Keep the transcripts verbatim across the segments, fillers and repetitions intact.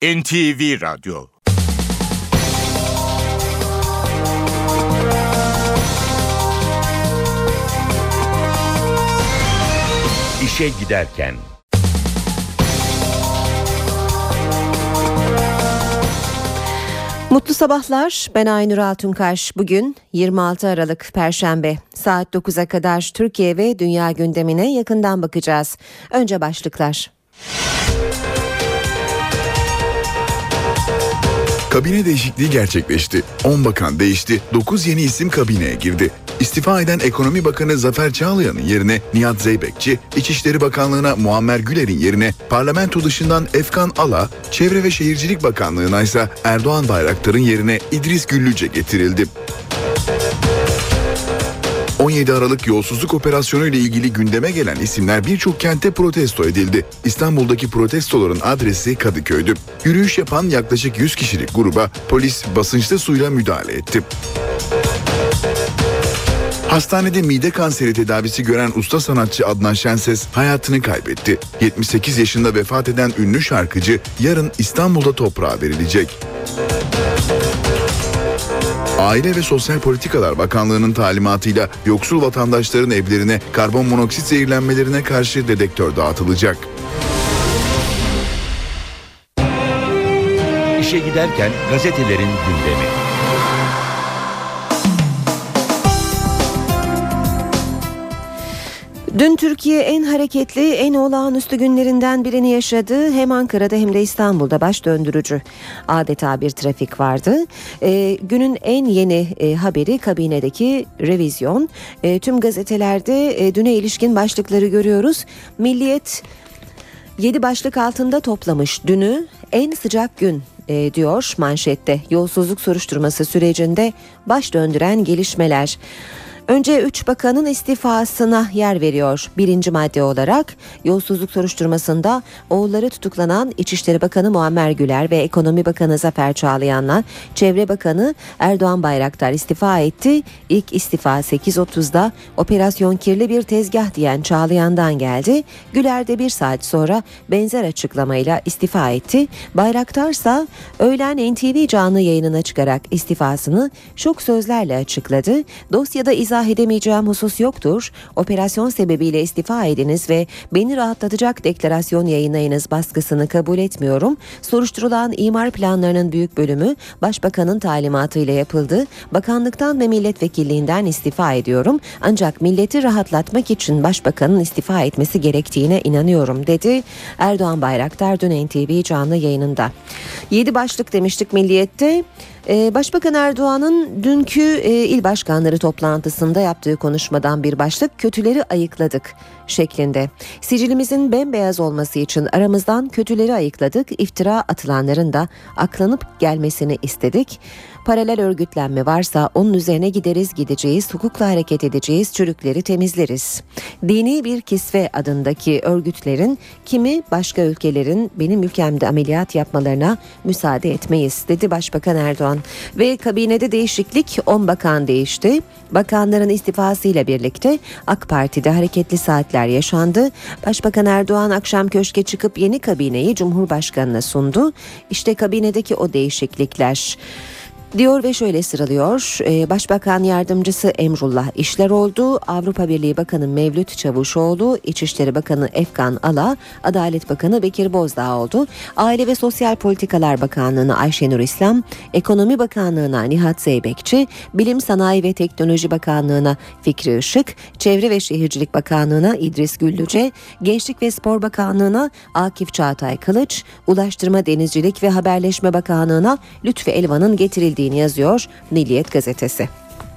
N T V Radyo. İşe giderken. Mutlu sabahlar. Ben Aynur Altunkaş. Bugün yirmi altı Aralık Perşembe. Saat dokuza kadar Türkiye ve dünya gündemine yakından bakacağız. Önce başlıklar. Kabine değişikliği gerçekleşti. on bakan değişti, dokuz yeni isim kabineye girdi. İstifa eden Ekonomi Bakanı Zafer Çağlayan'ın yerine Nihat Zeybekçi, İçişleri Bakanlığı'na Muammer Güler'in yerine parlamento dışından Efkan Ala, Çevre ve Şehircilik Bakanlığı'na ise Erdoğan Bayraktar'ın yerine İdris Güllüce getirildi. on yedi Aralık yolsuzluk operasyonu ile ilgili gündeme gelen isimler birçok kentte protesto edildi. İstanbul'daki protestoların adresi Kadıköy'dü. Yürüyüş yapan yaklaşık yüz kişilik gruba polis basınçlı suyla müdahale etti. Hastanede mide kanseri tedavisi gören usta sanatçı Adnan Şenses hayatını kaybetti. yetmiş sekiz yaşında vefat eden ünlü şarkıcı yarın İstanbul'da toprağa verilecek. Aile ve Sosyal Politikalar Bakanlığı'nın talimatıyla yoksul vatandaşların evlerine karbon monoksit zehirlenmelerine karşı dedektör dağıtılacak. İşe giderken gazetelerin gündemi. Dün Türkiye en hareketli, en olağanüstü günlerinden birini yaşadı. Hem Ankara'da hem de İstanbul'da baş döndürücü adeta bir trafik vardı. E, günün en yeni e, haberi kabinedeki revizyon. E, tüm gazetelerde e, düne ilişkin başlıkları görüyoruz. Milliyet yedi başlık altında toplamış dünü en sıcak gün e, diyor manşette. Yolsuzluk soruşturması sürecinde baş döndüren gelişmeler. Önce üç bakanın istifasına yer veriyor. Birinci madde olarak yolsuzluk soruşturmasında oğulları tutuklanan İçişleri Bakanı Muammer Güler ve Ekonomi Bakanı Zafer Çağlayan'la Çevre Bakanı Erdoğan Bayraktar istifa etti. İlk istifa sekiz otuzda Operasyon Kirli Bir Tezgah diyen Çağlayan'dan geldi. Güler de bir saat sonra benzer açıklamayla istifa etti. Bayraktarsa öğlen N T V canlı yayınına çıkarak istifasını şok sözlerle açıkladı. Dosyada izah İzah edemeyeceğim husus yoktur. Operasyon sebebiyle istifa ediniz ve beni rahatlatacak deklarasyon yayınlayınız baskısını kabul etmiyorum. Soruşturulan imar planlarının büyük bölümü Başbakanın talimatıyla yapıldı. Bakanlıktan ve milletvekilliğinden istifa ediyorum. Ancak milleti rahatlatmak için Başbakanın istifa etmesi gerektiğine inanıyorum dedi Erdoğan Bayraktar dün N T V canlı yayınında. Yedi başlık demiştik Milliyet'te. Başbakan Erdoğan'ın dünkü il başkanları toplantısında yaptığı konuşmadan bir başlık kötüleri ayıkladık şeklinde. Sicilimizin bembeyaz olması için aramızdan kötüleri ayıkladık, iftira atılanların da aklanıp gelmesini istedik. Paralel örgütlenme varsa onun üzerine gideriz gideceğiz, hukukla hareket edeceğiz, çürükleri temizleriz. Dini bir kisve adındaki örgütlerin kimi başka ülkelerin benim ülkemde ameliyat yapmalarına müsaade etmeyiz dedi Başbakan Erdoğan. Ve kabinede değişiklik, on bakan değişti. Bakanların istifasıyla birlikte AK Parti'de hareketli saatler yaşandı. Başbakan Erdoğan akşam köşke çıkıp yeni kabineyi Cumhurbaşkanı'na sundu. İşte kabinedeki o değişiklikler diyor ve şöyle sıralıyor. Başbakan Yardımcısı Emrullah İşleroğlu, Avrupa Birliği Bakanı Mevlüt Çavuşoğlu, İçişleri Bakanı Efkan Ala, Adalet Bakanı Bekir Bozdağ oldu. Aile ve Sosyal Politikalar Bakanlığı'na Ayşenur İslam, Ekonomi Bakanlığı'na Nihat Zeybekçi, Bilim Sanayi ve Teknoloji Bakanlığı'na Fikri Işık, Çevre ve Şehircilik Bakanlığı'na İdris Güllüce, Gençlik ve Spor Bakanlığı'na Akif Çağatay Kılıç, Ulaştırma, Denizcilik ve Haberleşme Bakanlığı'na Lütfü Elvan'ın getirildiği yazıyor Milliyet gazetesi.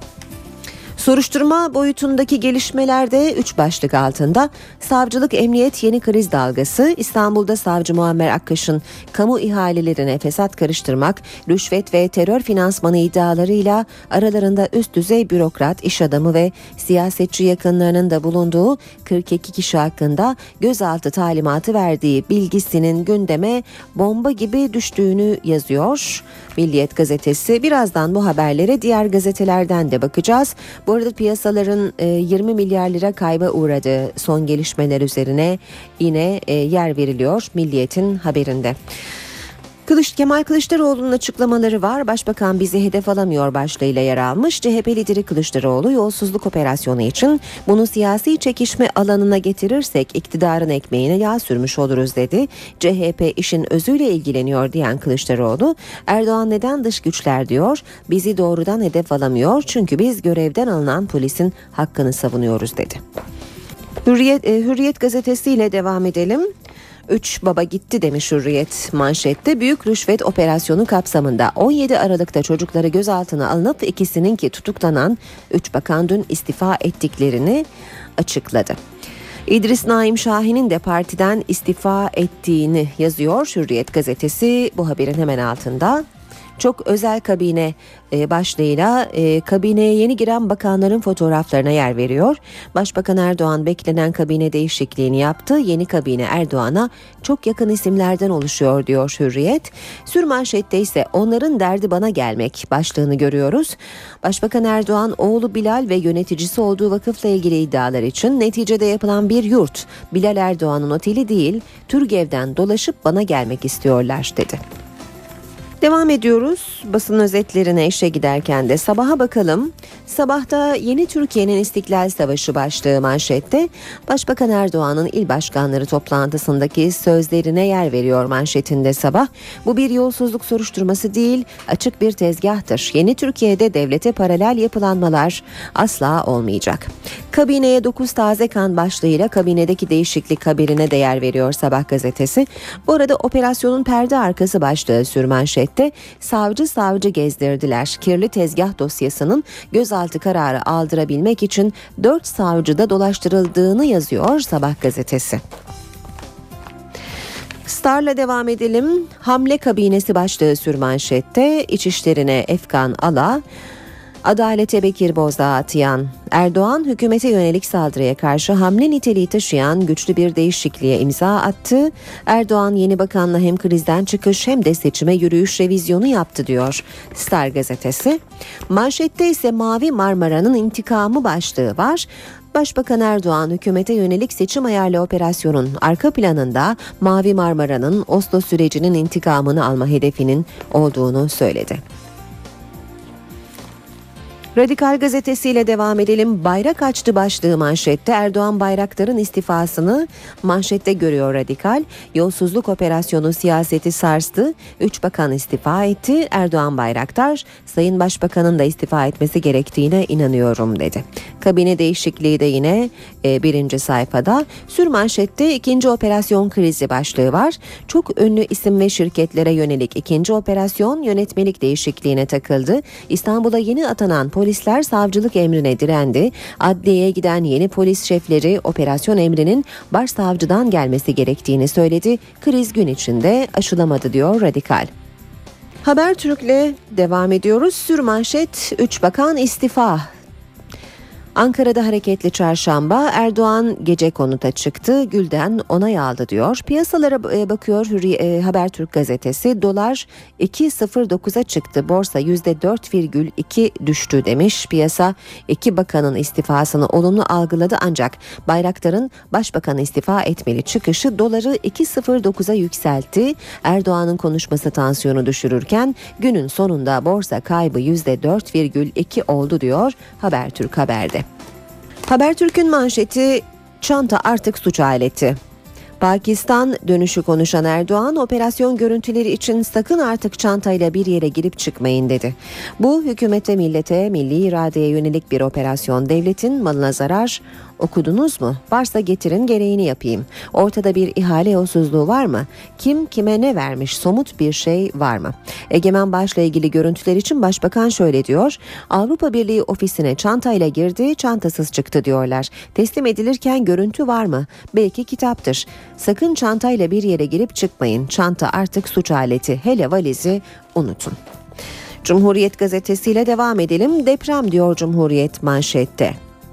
Soruşturma boyutundaki gelişmelerde üç başlık altında savcılık emniyet yeni kriz dalgası, İstanbul'da savcı Muammer Akkaş'ın kamu ihalelerine fesat karıştırmak, rüşvet ve terör finansmanı iddialarıyla aralarında üst düzey bürokrat, iş adamı ve siyasetçi yakınlarının da bulunduğu kırk iki kişi hakkında gözaltı talimatı verdiği bilgisinin gündeme bomba gibi düştüğünü yazıyor Milliyet gazetesi. Birazdan bu haberlere diğer gazetelerden de bakacağız. Bu arada piyasaların yirmi milyar lira kayba uğradığı son gelişmeler üzerine yine yer veriliyor Milliyet'in haberinde. Kılıç, Kemal Kılıçdaroğlu'nun açıklamaları var. Başbakan bizi hedef alamıyor başlığıyla yer almış. C H P lideri Kılıçdaroğlu yolsuzluk operasyonu için bunu siyasi çekişme alanına getirirsek iktidarın ekmeğine yağ sürmüş oluruz dedi. C H P işin özüyle ilgileniyor diyen Kılıçdaroğlu, Erdoğan neden dış güçler diyor, bizi doğrudan hedef alamıyor çünkü biz görevden alınan polisin hakkını savunuyoruz dedi. Hürriyet, e, Hürriyet gazetesiyle devam edelim. Üç baba gitti demiş Hürriyet manşette. Büyük rüşvet operasyonu kapsamında on yedi Aralık'ta çocukları gözaltına alınıp ikisininki tutuklanan üç bakan dün istifa ettiklerini açıkladı. İdris Naim Şahin'in de partiden istifa ettiğini yazıyor Hürriyet gazetesi bu haberin hemen altında. Çok özel kabine e, başlığıyla e, kabineye yeni giren bakanların fotoğraflarına yer veriyor. Başbakan Erdoğan beklenen kabine değişikliğini yaptı. Yeni kabine Erdoğan'a çok yakın isimlerden oluşuyor diyor Hürriyet. Sürmanşette ise onların derdi bana gelmek başlığını görüyoruz. Başbakan Erdoğan oğlu Bilal ve yöneticisi olduğu vakıfla ilgili iddialar için neticede yapılan bir yurt Bilal Erdoğan'ın oteli değil Türgev'den dolaşıp bana gelmek istiyorlar dedi. Devam ediyoruz basın özetlerine işe giderken de Sabah'a bakalım. Sabah'ta Yeni Türkiye'nin İstiklal Savaşı başlığı manşette. Başbakan Erdoğan'ın il başkanları toplantısındaki sözlerine yer veriyor manşetinde Sabah. Bu bir yolsuzluk soruşturması değil, açık bir tezgahtır. Yeni Türkiye'de devlete paralel yapılanmalar asla olmayacak. Kabineye dokuz taze kan başlığıyla kabinedeki değişiklik haberine de yer veriyor Sabah gazetesi. Bu arada operasyonun perde arkası başlığı sürmanşet. Savcı savcı gezdirdiler. Kirli tezgah dosyasının gözaltı kararı aldırabilmek için dört savcıda dolaştırıldığını yazıyor Sabah gazetesi. Star'la devam edelim. Hamle kabinesi başlığı sürmanşette. İçişlerine Efkan Ala, adalete Bekir Bozdağ atayan Erdoğan hükümete yönelik saldırıya karşı hamle niteliği taşıyan güçlü bir değişikliğe imza attı. Erdoğan yeni bakanla hem krizden çıkış hem de seçime yürüyüş revizyonu yaptı diyor Star gazetesi. Manşette ise Mavi Marmara'nın intikamı başlığı var. Başbakan Erdoğan hükümete yönelik seçim ayarlı operasyonun arka planında Mavi Marmara'nın Oslo sürecinin intikamını alma hedefinin olduğunu söyledi. Radikal gazetesiyle devam edelim. Bayrak açtı başlığı manşette. Erdoğan Bayraktar'ın istifasını manşette görüyor Radikal. Yolsuzluk operasyonu siyaseti sarstı. Üç bakan istifa etti. Erdoğan Bayraktar, Sayın Başbakan'ın da istifa etmesi gerektiğine inanıyorum dedi. Kabine değişikliği de yine e, birinci sayfada. Sürmanşette ikinci operasyon krizi başlığı var. Çok ünlü isim ve şirketlere yönelik ikinci operasyon yönetmelik değişikliğine takıldı. İstanbul'a yeni atanan polisler savcılık emrine direndi. Adliyeye giden yeni polis şefleri operasyon emrinin başsavcıdan gelmesi gerektiğini söyledi. Kriz gün içinde aşılamadı diyor Radikal. Habertürk'le devam ediyoruz. Sürmanşet üç bakan istifa. Ankara'da hareketli çarşamba, Erdoğan gece konuta çıktı, Gül'den onay aldı diyor. Piyasalara bakıyor Hürri, Habertürk gazetesi, dolar iki virgül sıfır dokuza çıktı, borsa yüzde dört virgül iki düştü demiş. Piyasa iki bakanın istifasını olumlu algıladı ancak Bayraktar'ın başbakanı istifa etmeli çıkışı doları iki virgül sıfır dokuza yükseltti. Erdoğan'ın konuşması tansiyonu düşürürken günün sonunda borsa kaybı yüzde dört virgül iki oldu diyor Habertürk haberde. Habertürk'ün manşeti çanta artık suç aleti. Pakistan dönüşü konuşan Erdoğan, operasyon görüntüleri için sakın artık çantayla bir yere girip çıkmayın dedi. Bu hükümete, millete, milli iradeye yönelik bir operasyon, devletin malına zarar. Okudunuz mu? Varsa getirin, gereğini yapayım. Ortada bir ihale yolsuzluğu var mı? Kim kime ne vermiş? Somut bir şey var mı? Egemen Baş'la ilgili görüntüler için Başbakan şöyle diyor. Avrupa Birliği ofisine çantayla girdi, çantasız çıktı diyorlar. Teslim edilirken görüntü var mı? Belki kitaptır. Sakın çantayla bir yere girip çıkmayın. Çanta artık suç aleti. Hele valizi unutun. Cumhuriyet gazetesiyle devam edelim. Deprem diyor Cumhuriyet manşette.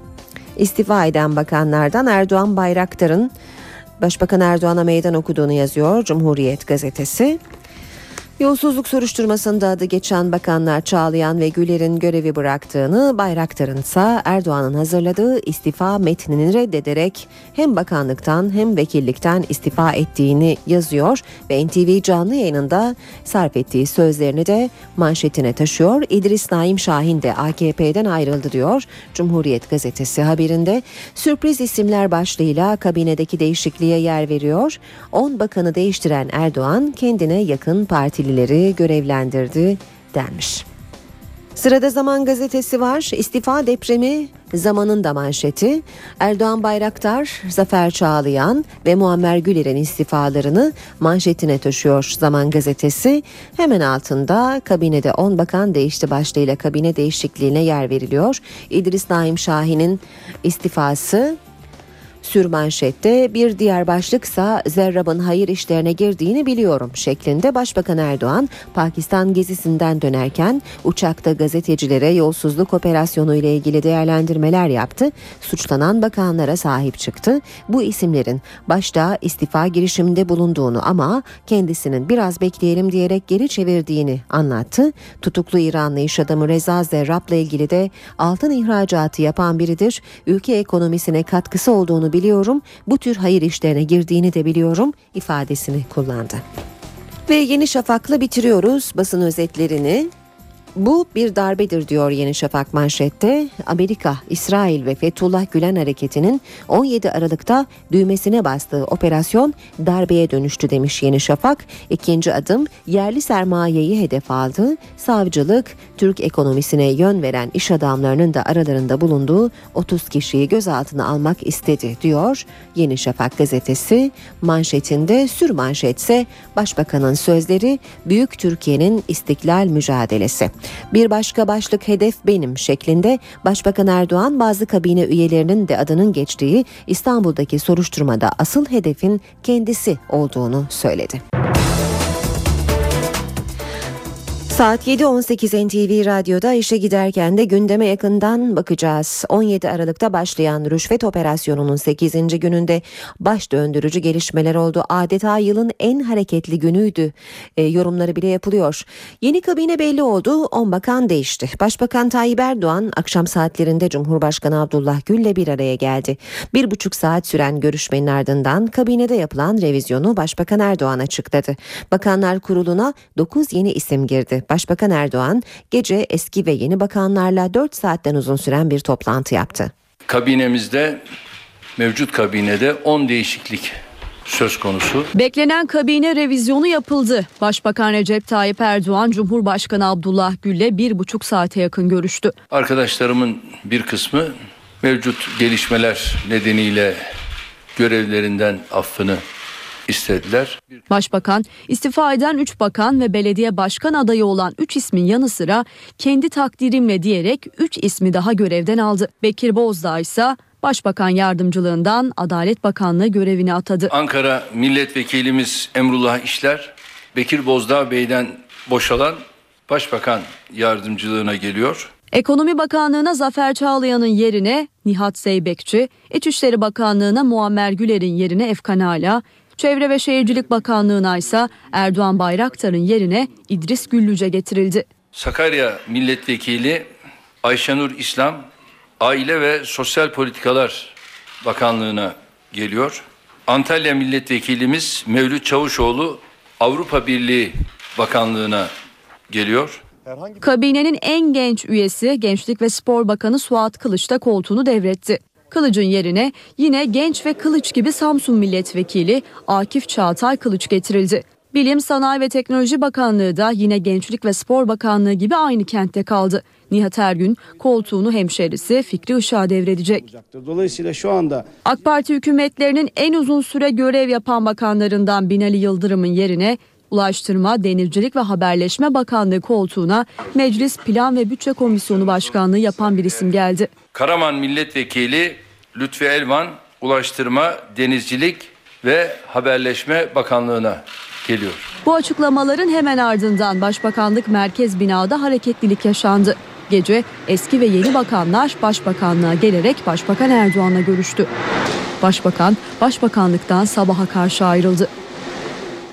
İstifa eden bakanlardan Erdoğan Bayraktar'ın Başbakan Erdoğan'a meydan okuduğunu yazıyor Cumhuriyet gazetesi. Yolsuzluk soruşturmasında adı geçen bakanlar Çağlayan ve Güler'in görevi bıraktığını, Bayraktar'ın ise Erdoğan'ın hazırladığı istifa metnini reddederek hem bakanlıktan hem vekillikten istifa ettiğini yazıyor ve N T V canlı yayınında sarf ettiği sözlerini de manşetine taşıyor. İdris Naim Şahin de A K P'den ayrıldı diyor Cumhuriyet gazetesi haberinde. Sürpriz isimler başlığıyla kabinedeki değişikliğe yer veriyor. on bakanı değiştiren Erdoğan kendine yakın partili görevlendirdi denmiş. Sırada Zaman gazetesi var. İstifa depremi Zaman'ın da manşeti. Erdoğan, Bayraktar, Zafer Çağlayan ve Muammer Güler'in istifalarını manşetine taşıyor Zaman gazetesi. Hemen altında kabinede on bakan değişti başlığıyla kabine değişikliğine yer veriliyor. İdris Naim Şahin'in istifası sürmanşette, bir diğer başlıksa Zerrab'ın hayır işlerine girdiğini biliyorum şeklinde. Başbakan Erdoğan Pakistan gezisinden dönerken uçakta gazetecilere yolsuzluk operasyonu ile ilgili değerlendirmeler yaptı. Suçlanan bakanlara sahip çıktı. Bu isimlerin başta istifa girişiminde bulunduğunu ama kendisinin biraz bekleyelim diyerek geri çevirdiğini anlattı. Tutuklu İranlı iş adamı Reza Zerrab'la ilgili de altın ihracatı yapan biridir. Ülke ekonomisine katkısı olduğunu biliyorum. Bu tür hayır işlerine girdiğini de biliyorum ifadesini kullandı. Ve Yeni Şafak'la bitiriyoruz basın özetlerini. Bu bir darbedir diyor Yeni Şafak manşette. Amerika, İsrail ve Fethullah Gülen hareketinin on yedi Aralık'ta düğmesine bastığı operasyon darbeye dönüştü demiş Yeni Şafak. İkinci adım yerli sermayeyi hedef aldı. Savcılık, Türk ekonomisine yön veren iş adamlarının da aralarında bulunduğu otuz kişiyi gözaltına almak istedi diyor Yeni Şafak gazetesi. Manşetinde sürmanşetse Başbakanın sözleri, Büyük Türkiye'nin istiklal mücadelesi. Bir başka başlık hedef benim şeklinde. Başbakan Erdoğan bazı kabine üyelerinin de adının geçtiği İstanbul'daki soruşturmada asıl hedefin kendisi olduğunu söyledi. Saat yedi on sekiz N T V Radyo'da işe giderken de gündeme yakından bakacağız. on yedi Aralık'ta başlayan rüşvet operasyonunun sekizinci gününde baş döndürücü gelişmeler oldu. Adeta yılın en hareketli günüydü. E, yorumları bile yapılıyor. Yeni kabine belli oldu. on bakan değişti. Başbakan Tayyip Erdoğan akşam saatlerinde Cumhurbaşkanı Abdullah Gül'le bir araya geldi. Bir buçuk saat süren görüşmenin ardından kabinede yapılan revizyonu Başbakan Erdoğan açıkladı. Bakanlar Kurulu'na dokuz yeni isim girdi. Başbakan Erdoğan gece eski ve yeni bakanlarla dört saatten uzun süren bir toplantı yaptı. Kabinemizde, mevcut kabinede on değişiklik söz konusu. Beklenen kabine revizyonu yapıldı. Başbakan Recep Tayyip Erdoğan, Cumhurbaşkanı Abdullah Gül'le bir buçuk saate yakın görüştü. Arkadaşlarımın bir kısmı mevcut gelişmeler nedeniyle görevlerinden affını istediler. Başbakan, istifa eden üç bakan ve belediye başkan adayı olan üç ismin yanı sıra kendi takdirimle diyerek üç ismi daha görevden aldı. Bekir Bozdağ ise Başbakan yardımcılığından Adalet Bakanlığı görevine atadı. Ankara Milletvekilimiz Emrullah İşler, Bekir Bozdağ Bey'den boşalan Başbakan yardımcılığına geliyor. Ekonomi Bakanlığı'na Zafer Çağlayan'ın yerine Nihat Zeybekçi, İçişleri Bakanlığı'na Muammer Güler'in yerine Efkan Ala, Çevre ve Şehircilik Bakanlığı'na ise Erdoğan Bayraktar'ın yerine İdris Güllüce getirildi. Sakarya Milletvekili Ayşenur İslam, Aile ve Sosyal Politikalar Bakanlığı'na geliyor. Antalya Milletvekilimiz Mevlüt Çavuşoğlu Avrupa Birliği Bakanlığı'na geliyor. Kabinenin en genç üyesi Gençlik ve Spor Bakanı Suat Kılıç da koltuğunu devretti. Kılıç'ın yerine yine genç ve Kılıç gibi Samsun Milletvekili Akif Çağatay Kılıç getirildi. Bilim, Sanayi ve Teknoloji Bakanlığı da yine Gençlik ve Spor Bakanlığı gibi aynı kentte kaldı. Nihat Ergün koltuğunu hemşerisi Fikri Işık'a devredecek. Dolayısıyla şu anda AK Parti hükümetlerinin en uzun süre görev yapan bakanlarından Binali Yıldırım'ın yerine Ulaştırma, Denizcilik ve Haberleşme Bakanlığı koltuğuna Meclis Plan ve Bütçe Komisyonu Başkanlığı yapan bir isim geldi. Karaman Milletvekili Lütfi Elvan Ulaştırma, Denizcilik ve Haberleşme Bakanlığı'na geliyor. Bu açıklamaların hemen ardından Başbakanlık Merkez Bina'da hareketlilik yaşandı. Gece eski ve yeni bakanlar Başbakanlığa gelerek Başbakan Erdoğan'la görüştü. Başbakan, Başbakanlıktan sabaha karşı ayrıldı.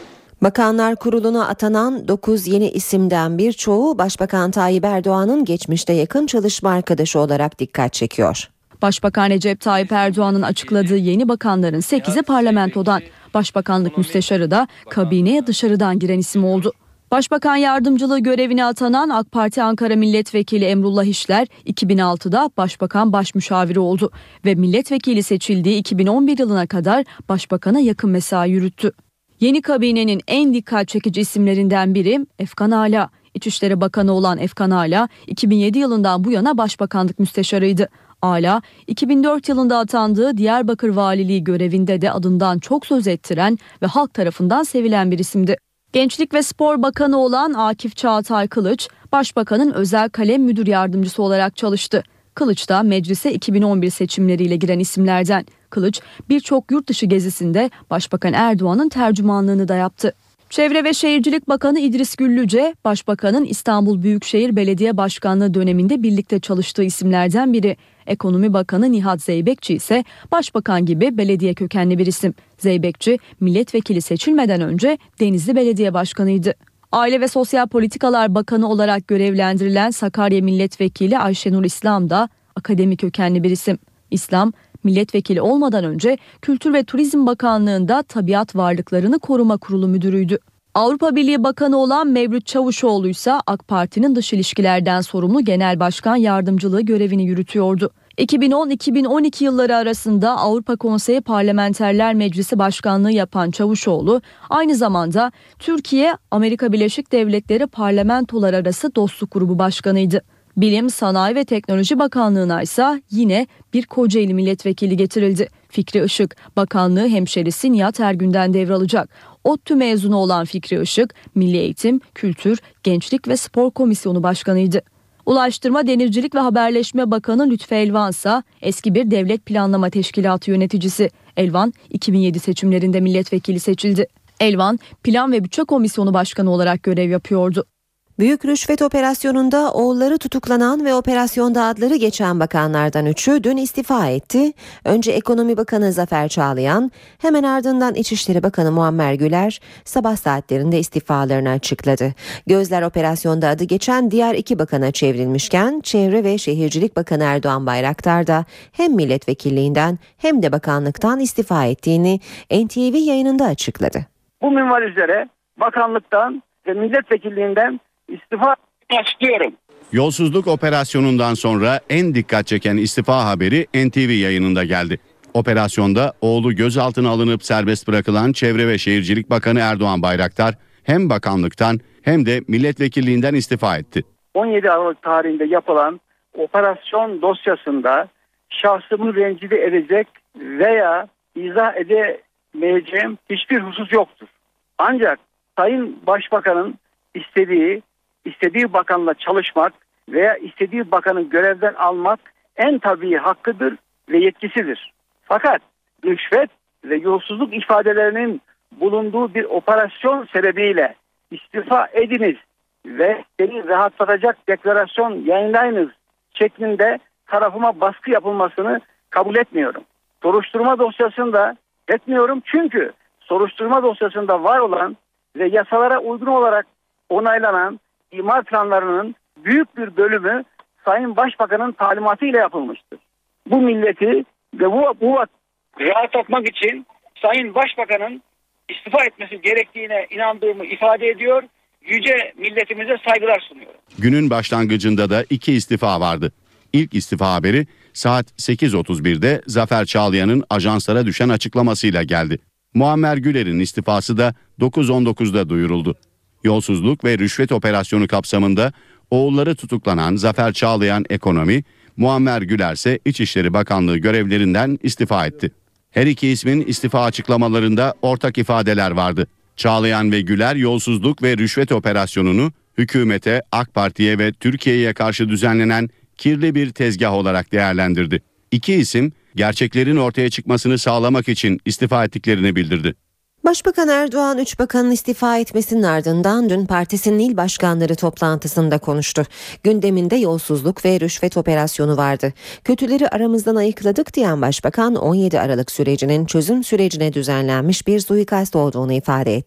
Bakanlar Kurulu'na atanan dokuz yeni isimden birçoğu Başbakan Tayyip Erdoğan'ın geçmişte yakın çalışma arkadaşı olarak dikkat çekiyor. Başbakan Recep Tayyip Erdoğan'ın açıkladığı yeni bakanların sekizi parlamentodan, Başbakanlık Müsteşarı da kabineye dışarıdan giren isim oldu. Başbakan yardımcılığı görevine atanan AK Parti Ankara Milletvekili Emrullah İşler iki bin altıda Başbakan Başmüşaviri oldu ve milletvekili seçildiği iki bin on bir yılına kadar Başbakan'a yakın mesai yürüttü. Yeni kabinenin en dikkat çekici isimlerinden biri Efkan Ala. İçişleri Bakanı olan Efkan Ala iki bin yedi yılından bu yana Başbakanlık Müsteşarıydı. Ala, iki bin dört yılında atandığı Diyarbakır Valiliği görevinde de adından çok söz ettiren ve halk tarafından sevilen bir isimdi. Gençlik ve Spor Bakanı olan Akif Çağatay Kılıç, Başbakanın özel kalem müdür yardımcısı olarak çalıştı. Kılıç da meclise iki bin on bir seçimleriyle giren isimlerden. Kılıç, birçok yurt dışı gezisinde Başbakan Erdoğan'ın tercümanlığını da yaptı. Çevre ve Şehircilik Bakanı İdris Güllüce, Başbakanın İstanbul Büyükşehir Belediye Başkanlığı döneminde birlikte çalıştığı isimlerden biri. Ekonomi Bakanı Nihat Zeybekçi ise Başbakan gibi belediye kökenli bir isim. Zeybekçi, milletvekili seçilmeden önce Denizli Belediye Başkanıydı. Aile ve Sosyal Politikalar Bakanı olarak görevlendirilen Sakarya Milletvekili Ayşenur İslam da akademik kökenli bir isim. İslam, milletvekili olmadan önce Kültür ve Turizm Bakanlığı'nda Tabiat Varlıklarını Koruma Kurulu müdürüydü. Avrupa Birliği Bakanı olan Mevlüt Çavuşoğlu ise AK Parti'nin dış ilişkilerden sorumlu Genel Başkan Yardımcılığı görevini yürütüyordu. iki bin on iki bin on iki yılları arasında Avrupa Konseyi Parlamenterler Meclisi Başkanlığı yapan Çavuşoğlu, aynı zamanda Türkiye-Amerika Birleşik Devletleri Parlamentolar Arası Dostluk Grubu Başkanıydı. Bilim, Sanayi ve Teknoloji Bakanlığı'na ise yine bir Kocaeli milletvekili getirildi. Fikri Işık, bakanlığı hemşerisi Nihat Ergün'den devralacak. ODTÜ mezunu olan Fikri Işık, Milli Eğitim, Kültür, Gençlik ve Spor Komisyonu Başkanıydı. Ulaştırma, Denizcilik ve Haberleşme Bakanı Lütfü Elvan ise eski bir devlet planlama teşkilatı yöneticisi. Elvan, iki bin yedi seçimlerinde milletvekili seçildi. Elvan, Plan ve Bütçe Komisyonu Başkanı olarak görev yapıyordu. Büyük rüşvet operasyonunda oğulları tutuklanan ve operasyonda adları geçen bakanlardan üçü dün istifa etti. Önce Ekonomi Bakanı Zafer Çağlayan, hemen ardından İçişleri Bakanı Muammer Güler sabah saatlerinde istifalarını açıkladı. Gözler operasyonda adı geçen diğer iki bakana çevrilmişken Çevre ve Şehircilik Bakanı Erdoğan Bayraktar da hem milletvekilliğinden hem de bakanlıktan istifa ettiğini N T V yayınında açıkladı. Bu minval üzere bakanlıktan ve milletvekilliğinden istifa açıklıyorum. Yolsuzluk operasyonundan sonra en dikkat çeken istifa haberi N T V yayınında geldi. Operasyonda oğlu gözaltına alınıp serbest bırakılan Çevre ve Şehircilik Bakanı Erdoğan Bayraktar hem bakanlıktan hem de milletvekilliğinden istifa etti. on yedi Aralık tarihinde yapılan operasyon dosyasında şahsımı rencide edecek veya izah edemeyeceğim hiçbir husus yoktur. Ancak Sayın Başbakan'ın istediği, istediği bakanla çalışmak veya istediği bakanı görevden almak en tabii hakkıdır ve yetkisidir. Fakat rüşvet ve yolsuzluk ifadelerinin bulunduğu bir operasyon sebebiyle istifa ediniz ve beni rahatlatacak deklarasyon yayınlayınız şeklinde tarafıma baskı yapılmasını kabul etmiyorum. Soruşturma dosyasında etmiyorum çünkü soruşturma dosyasında var olan ve yasalara uygun olarak onaylanan imar planlarının büyük bir bölümü Sayın Başbakan'ın talimatıyla yapılmıştır. Bu milleti ve bu, bu rahatlatmak için Sayın Başbakan'ın istifa etmesi gerektiğine inandığımı ifade ediyor. Yüce milletimize saygılar sunuyorum. Günün başlangıcında da iki istifa vardı. İlk istifa haberi saat sekiz otuz birde Zafer Çağlayan'ın ajanslara düşen açıklamasıyla geldi. Muammer Güler'in istifası da dokuz on dokuzda duyuruldu. Yolsuzluk ve rüşvet operasyonu kapsamında oğulları tutuklanan Zafer Çağlayan Ekonomi, Muammer Güler ise İçişleri Bakanlığı görevlerinden istifa etti. Her iki ismin istifa açıklamalarında ortak ifadeler vardı. Çağlayan ve Güler yolsuzluk ve rüşvet operasyonunu hükümete, AK Parti'ye ve Türkiye'ye karşı düzenlenen kirli bir tezgah olarak değerlendirdi. İki isim gerçeklerin ortaya çıkmasını sağlamak için istifa ettiklerini bildirdi. Başbakan Erdoğan üç bakanın istifa etmesinin ardından dün partisinin il başkanları toplantısında konuştu. Gündeminde yolsuzluk ve rüşvet operasyonu vardı. Kötüleri aramızdan ayıkladık diyen Başbakan on yedi Aralık sürecinin çözüm sürecine düzenlenmiş bir suikast olduğunu ifade etti.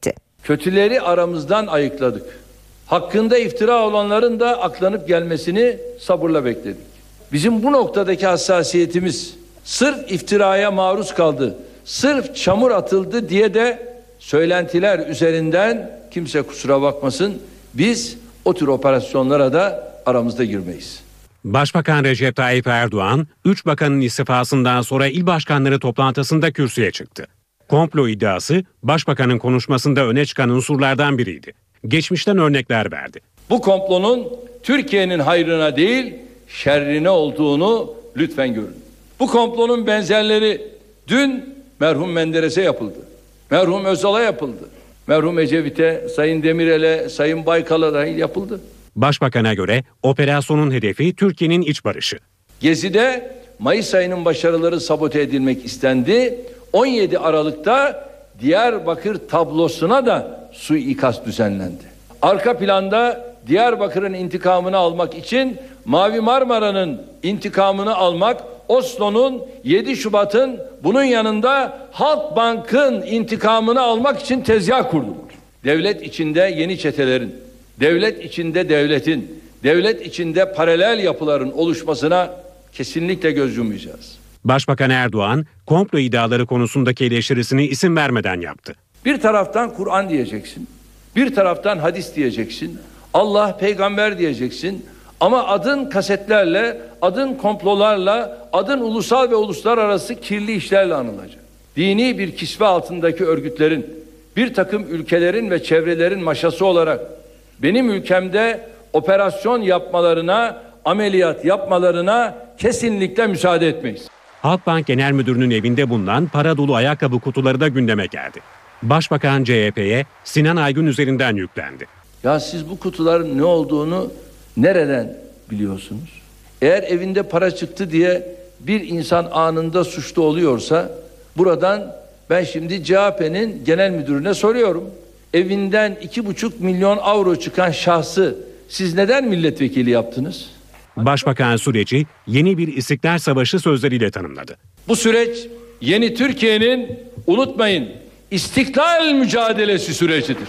Kötüleri aramızdan ayıkladık. Hakkında iftira olanların da aklanıp gelmesini sabırla bekledik. Bizim bu noktadaki hassasiyetimiz sırf iftiraya maruz kaldı, sırf çamur atıldı diye de söylentiler üzerinden kimse kusura bakmasın, biz o tür operasyonlara da aramızda girmeyiz. Başbakan Recep Tayyip Erdoğan, üç bakanın istifasından sonra il başkanları toplantısında kürsüye çıktı. Komplo iddiası başbakanın konuşmasında öne çıkan unsurlardan biriydi. Geçmişten örnekler verdi. Bu komplonun Türkiye'nin hayrına değil şerrine olduğunu lütfen görün. Bu komplonun benzerleri dün merhum Menderes'e yapıldı. Merhum Özal'a yapıldı. Merhum Ecevit'e, Sayın Demirel'e, Sayın Baykal'a dahil yapıldı. Başbakan'a göre operasyonun hedefi Türkiye'nin iç barışı. Gezi'de Mayıs ayının başarıları sabote edilmek istendi. on yedi Aralık'ta Diyarbakır tablosuna da suikast düzenlendi. Arka planda Diyarbakır'ın intikamını almak için Mavi Marmara'nın intikamını almak, Oslo'nun, yedi Şubat'ın, bunun yanında Halkbank'ın intikamını almak için tezgah kurdular. Devlet içinde yeni çetelerin, devlet içinde devletin, devlet içinde paralel yapıların oluşmasına kesinlikle göz yummayacağız. Başbakan Erdoğan, komplo iddiaları konusundaki eleştirisini isim vermeden yaptı. Bir taraftan Kur'an diyeceksin, bir taraftan hadis diyeceksin, Allah, peygamber diyeceksin. Ama adın kasetlerle, adın komplolarla, adın ulusal ve uluslararası kirli işlerle anılacak. Dini bir kisve altındaki örgütlerin, bir takım ülkelerin ve çevrelerin maşası olarak benim ülkemde operasyon yapmalarına, ameliyat yapmalarına kesinlikle müsaade etmeyiz. Halkbank Genel Müdürü'nün evinde bulunan para dolu ayakkabı kutuları da gündeme geldi. Başbakan C H P'ye Sinan Aygün üzerinden yüklendi. Ya siz bu kutuların ne olduğunu nereden biliyorsunuz? Eğer evinde para çıktı diye bir insan anında suçlu oluyorsa buradan ben şimdi C H P'nin genel müdürüne soruyorum. Evinden iki buçuk milyon avro çıkan şahsı siz neden milletvekili yaptınız? Başbakan süreci yeni bir İstiklal Savaşı sözleriyle tanımladı. Bu süreç yeni Türkiye'nin, unutmayın, istiklal mücadelesi sürecidir.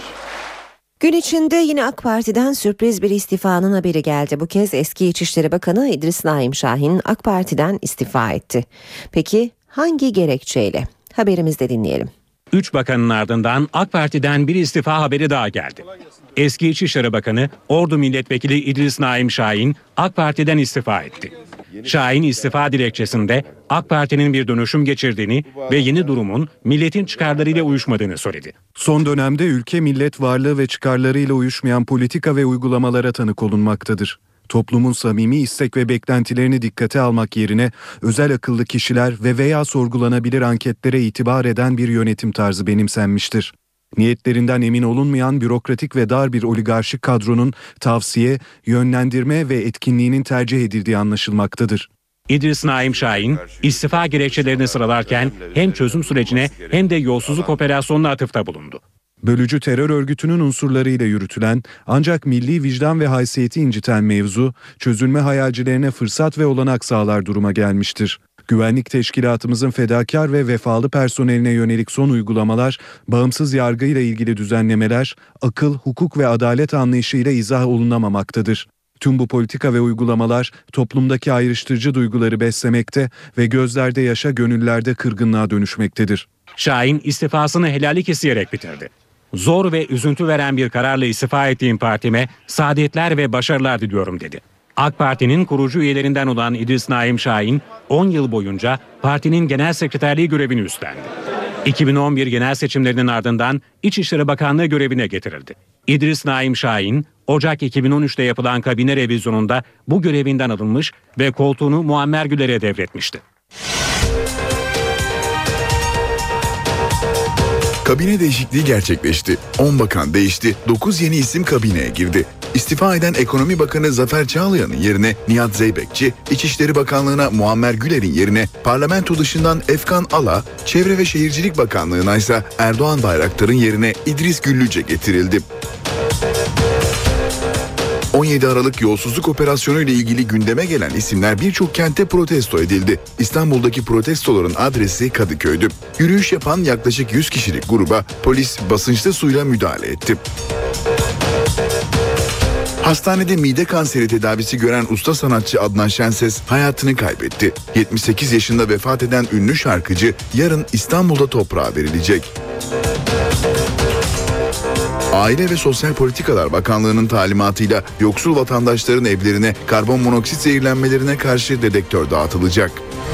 Gün içinde yine AK Parti'den sürpriz bir istifanın haberi geldi. Bu kez eski İçişleri Bakanı İdris Naim Şahin AK Parti'den istifa etti. Peki hangi gerekçeyle? Haberimizde dinleyelim. Üç bakanın ardından AK Parti'den bir istifa haberi daha geldi. Eski İçişleri Bakanı Ordu Milletvekili İdris Naim Şahin AK Parti'den istifa etti. Şahin istifa dilekçesinde AK Parti'nin bir dönüşüm geçirdiğini ve yeni durumun milletin çıkarlarıyla uyuşmadığını söyledi. Son dönemde ülke millet varlığı ve çıkarlarıyla uyuşmayan politika ve uygulamalara tanık olunmaktadır. Toplumun samimi istek ve beklentilerini dikkate almak yerine özel akıllı kişiler ve veya sorgulanabilir anketlere itibar eden bir yönetim tarzı benimsenmiştir. Niyetlerinden emin olunmayan bürokratik ve dar bir oligarşik kadronun tavsiye, yönlendirme ve etkinliğinin tercih edildiği anlaşılmaktadır. İdris Naim Şahin istifa gerekçelerini sıralarken hem çözüm sürecine hem de yolsuzluk operasyonuna atıfta bulundu. Bölücü terör örgütünün unsurlarıyla yürütülen ancak milli vicdan ve haysiyeti inciten mevzu, çözülme hayalcilerine fırsat ve olanak sağlar duruma gelmiştir. Güvenlik teşkilatımızın fedakar ve vefalı personeline yönelik son uygulamalar, bağımsız yargıyla ilgili düzenlemeler, akıl, hukuk ve adalet anlayışıyla izah olunamamaktadır. Tüm bu politika ve uygulamalar toplumdaki ayrıştırıcı duyguları beslemekte ve gözlerde yaşa, gönüllerde kırgınlığa dönüşmektedir. Şahin istifasını helallik isteyerek bitirdi. Zor ve üzüntü veren bir kararla istifa ettiğim partime saadetler ve başarılar diliyorum dedi. AK Parti'nin kurucu üyelerinden olan İdris Naim Şahin on yıl boyunca partinin genel sekreterliği görevini üstlendi. iki bin on bir genel seçimlerinin ardından İçişleri Bakanlığı görevine getirildi. İdris Naim Şahin, Ocak iki bin on üçte yapılan kabine revizyonunda bu görevinden alınmış ve koltuğunu Muammer Güler'e devretmişti. Kabine değişikliği gerçekleşti. on bakan değişti, dokuz yeni isim kabineye girdi. İstifa eden Ekonomi Bakanı Zafer Çağlayan'ın yerine Nihat Zeybekçi, İçişleri Bakanlığı'na Muammer Güler'in yerine parlamento dışından Efkan Ala, Çevre ve Şehircilik Bakanlığı'na ise Erdoğan Bayraktar'ın yerine İdris Güllüce getirildi. on yedi Aralık yolsuzluk operasyonu ile ilgili gündeme gelen isimler birçok kentte protesto edildi. İstanbul'daki protestoların adresi Kadıköy'dü. Yürüyüş yapan yaklaşık yüz kişilik gruba polis basınçlı suyla müdahale etti. Hastanede mide kanseri tedavisi gören usta sanatçı Adnan Şenses hayatını kaybetti. yetmiş sekiz yaşında vefat eden ünlü şarkıcı yarın İstanbul'da toprağa verilecek. Aile ve Sosyal Politikalar Bakanlığı'nın talimatıyla yoksul vatandaşların evlerine karbon monoksit zehirlenmelerine karşı dedektör dağıtılacak.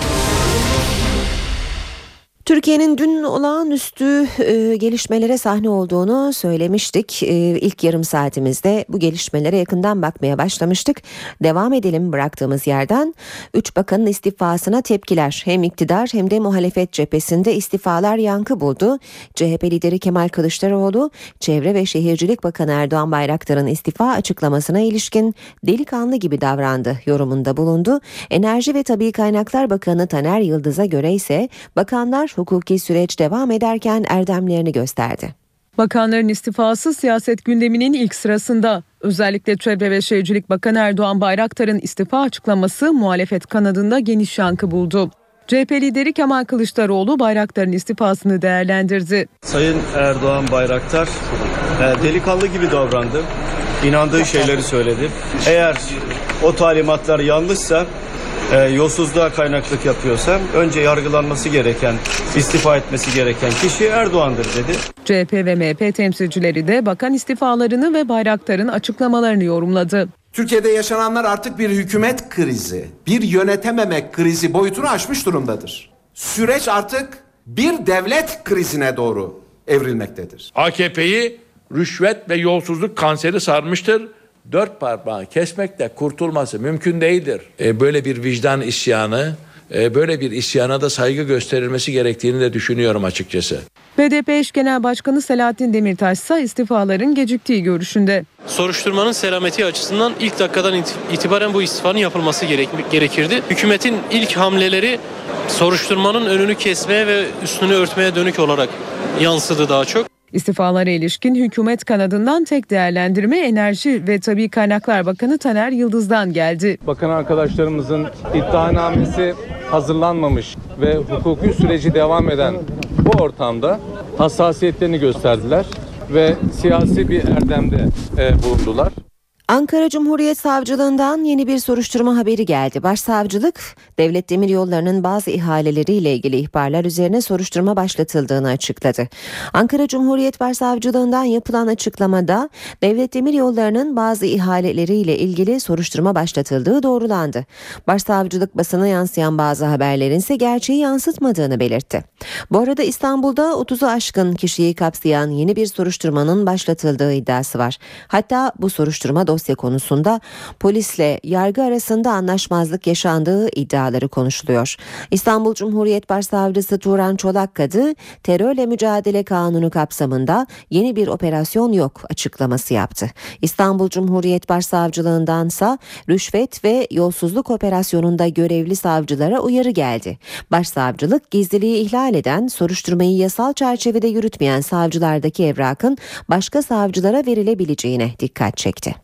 Türkiye'nin dün olağanüstü e, gelişmelere sahne olduğunu söylemiştik. E, ilk yarım saatimizde bu gelişmelere yakından bakmaya başlamıştık. Devam edelim bıraktığımız yerden. Üç bakanın istifasına tepkiler. Hem iktidar hem de muhalefet cephesinde istifalar yankı buldu. C H P lideri Kemal Kılıçdaroğlu, Çevre ve Şehircilik Bakanı Erdoğan Bayraktar'ın istifa açıklamasına ilişkin delikanlı gibi davrandı yorumunda bulundu. Enerji ve Tabii Kaynaklar Bakanı Taner Yıldız'a göre ise bakanlar hukuki süreç devam ederken erdemlerini gösterdi. Bakanların istifası siyaset gündeminin ilk sırasında. Özellikle Çevre ve Şehircilik Bakanı Erdoğan Bayraktar'ın istifa açıklaması muhalefet kanadında geniş yankı buldu. C H P lideri Kemal Kılıçdaroğlu Bayraktar'ın istifasını değerlendirdi. Sayın Erdoğan Bayraktar delikanlı gibi davrandı. İnandığı şeyleri söyledi. Eğer o talimatlar yanlışsa, E, yolsuzluğa kaynaklık yapıyorsa önce yargılanması gereken, istifa etmesi gereken kişi Erdoğan'dır dedi. C H P ve M H P temsilcileri de bakan istifalarını ve Bayraktar'ın açıklamalarını yorumladı. Türkiye'de yaşananlar artık bir hükümet krizi, bir yönetememek krizi boyutunu aşmış durumdadır. Süreç artık bir devlet krizine doğru evrilmektedir. A K P'yi rüşvet ve yolsuzluk kanseri sarmıştır. Dört parmağı kesmekle kurtulması mümkün değildir. E, böyle bir vicdan isyanı, e, böyle bir isyana da saygı gösterilmesi gerektiğini de düşünüyorum açıkçası. B D P eş genel başkanı Selahattin Demirtaş ise istifaların geciktiği görüşünde. Soruşturmanın selameti açısından ilk dakikadan itibaren bu istifanın yapılması gerek- gerekirdi. Hükümetin ilk hamleleri soruşturmanın önünü kesmeye ve üstünü örtmeye dönük olarak yansıdı daha çok. İstifalara ilişkin hükümet kanadından tek değerlendirme Enerji ve Tabii Kaynaklar Bakanı Taner Yıldız'dan geldi. Bakan arkadaşlarımızın iddianamesi hazırlanmamış ve hukuki süreci devam eden bu ortamda hassasiyetlerini gösterdiler ve siyasi bir erdemde e, bulundular. Ankara Cumhuriyet Savcılığından yeni bir soruşturma haberi geldi. Başsavcılık, Devlet Demiryolları'nın bazı ihaleleriyle ilgili ihbarlar üzerine soruşturma başlatıldığını açıkladı. Ankara Cumhuriyet Başsavcılığından yapılan açıklamada Devlet Demiryolları'nın bazı ihaleleriyle ilgili soruşturma başlatıldığı doğrulandı. Başsavcılık basına yansıyan bazı haberlerin ise gerçeği yansıtmadığını belirtti. Bu arada İstanbul'da otuzu aşkın kişiyi kapsayan yeni bir soruşturmanın başlatıldığı iddiası var. Hatta bu soruşturma dosya konusunda polisle yargı arasında anlaşmazlık yaşandığı iddiaları konuşuluyor. İstanbul Cumhuriyet Başsavcısı Turan Çolakkadı, terörle mücadele kanunu kapsamında yeni bir operasyon yok açıklaması yaptı. İstanbul Cumhuriyet Başsavcılığındansa rüşvet ve yolsuzluk operasyonunda görevli savcılara uyarı geldi. Başsavcılık gizliliği ihlal eden, soruşturmayı yasal çerçevede yürütmeyen savcılardaki evrakın başka savcılara verilebileceğine dikkat çekti.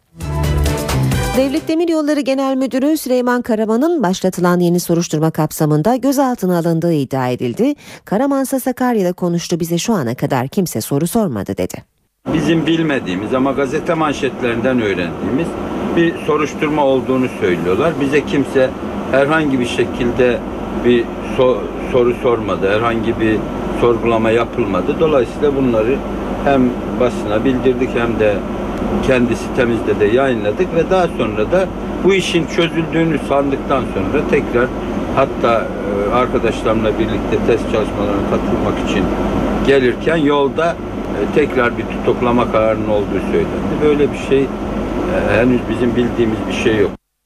Devlet Demiryolları Genel Müdürü Süleyman Karaman'ın başlatılan yeni soruşturma kapsamında gözaltına alındığı iddia edildi. Karaman ise Sakarya'da konuştu, bize şu ana kadar kimse soru sormadı dedi. Bizim bilmediğimiz ama gazete manşetlerinden öğrendiğimiz bir soruşturma olduğunu söylüyorlar. Bize kimse herhangi bir şekilde bir so- soru sormadı, herhangi bir sorgulama yapılmadı. Dolayısıyla bunları hem basına bildirdik hem de kendi sitemizde de yayınladık ve daha sonra da bu işin çözüldüğünü sandıktan sonra tekrar, hatta arkadaşlarımla birlikte test çalışmalarına katılmak için gelirken yolda tekrar bir tutuklama kararının olduğu söylendi. Böyle bir şey henüz bizim bildiğimiz bir şey yok.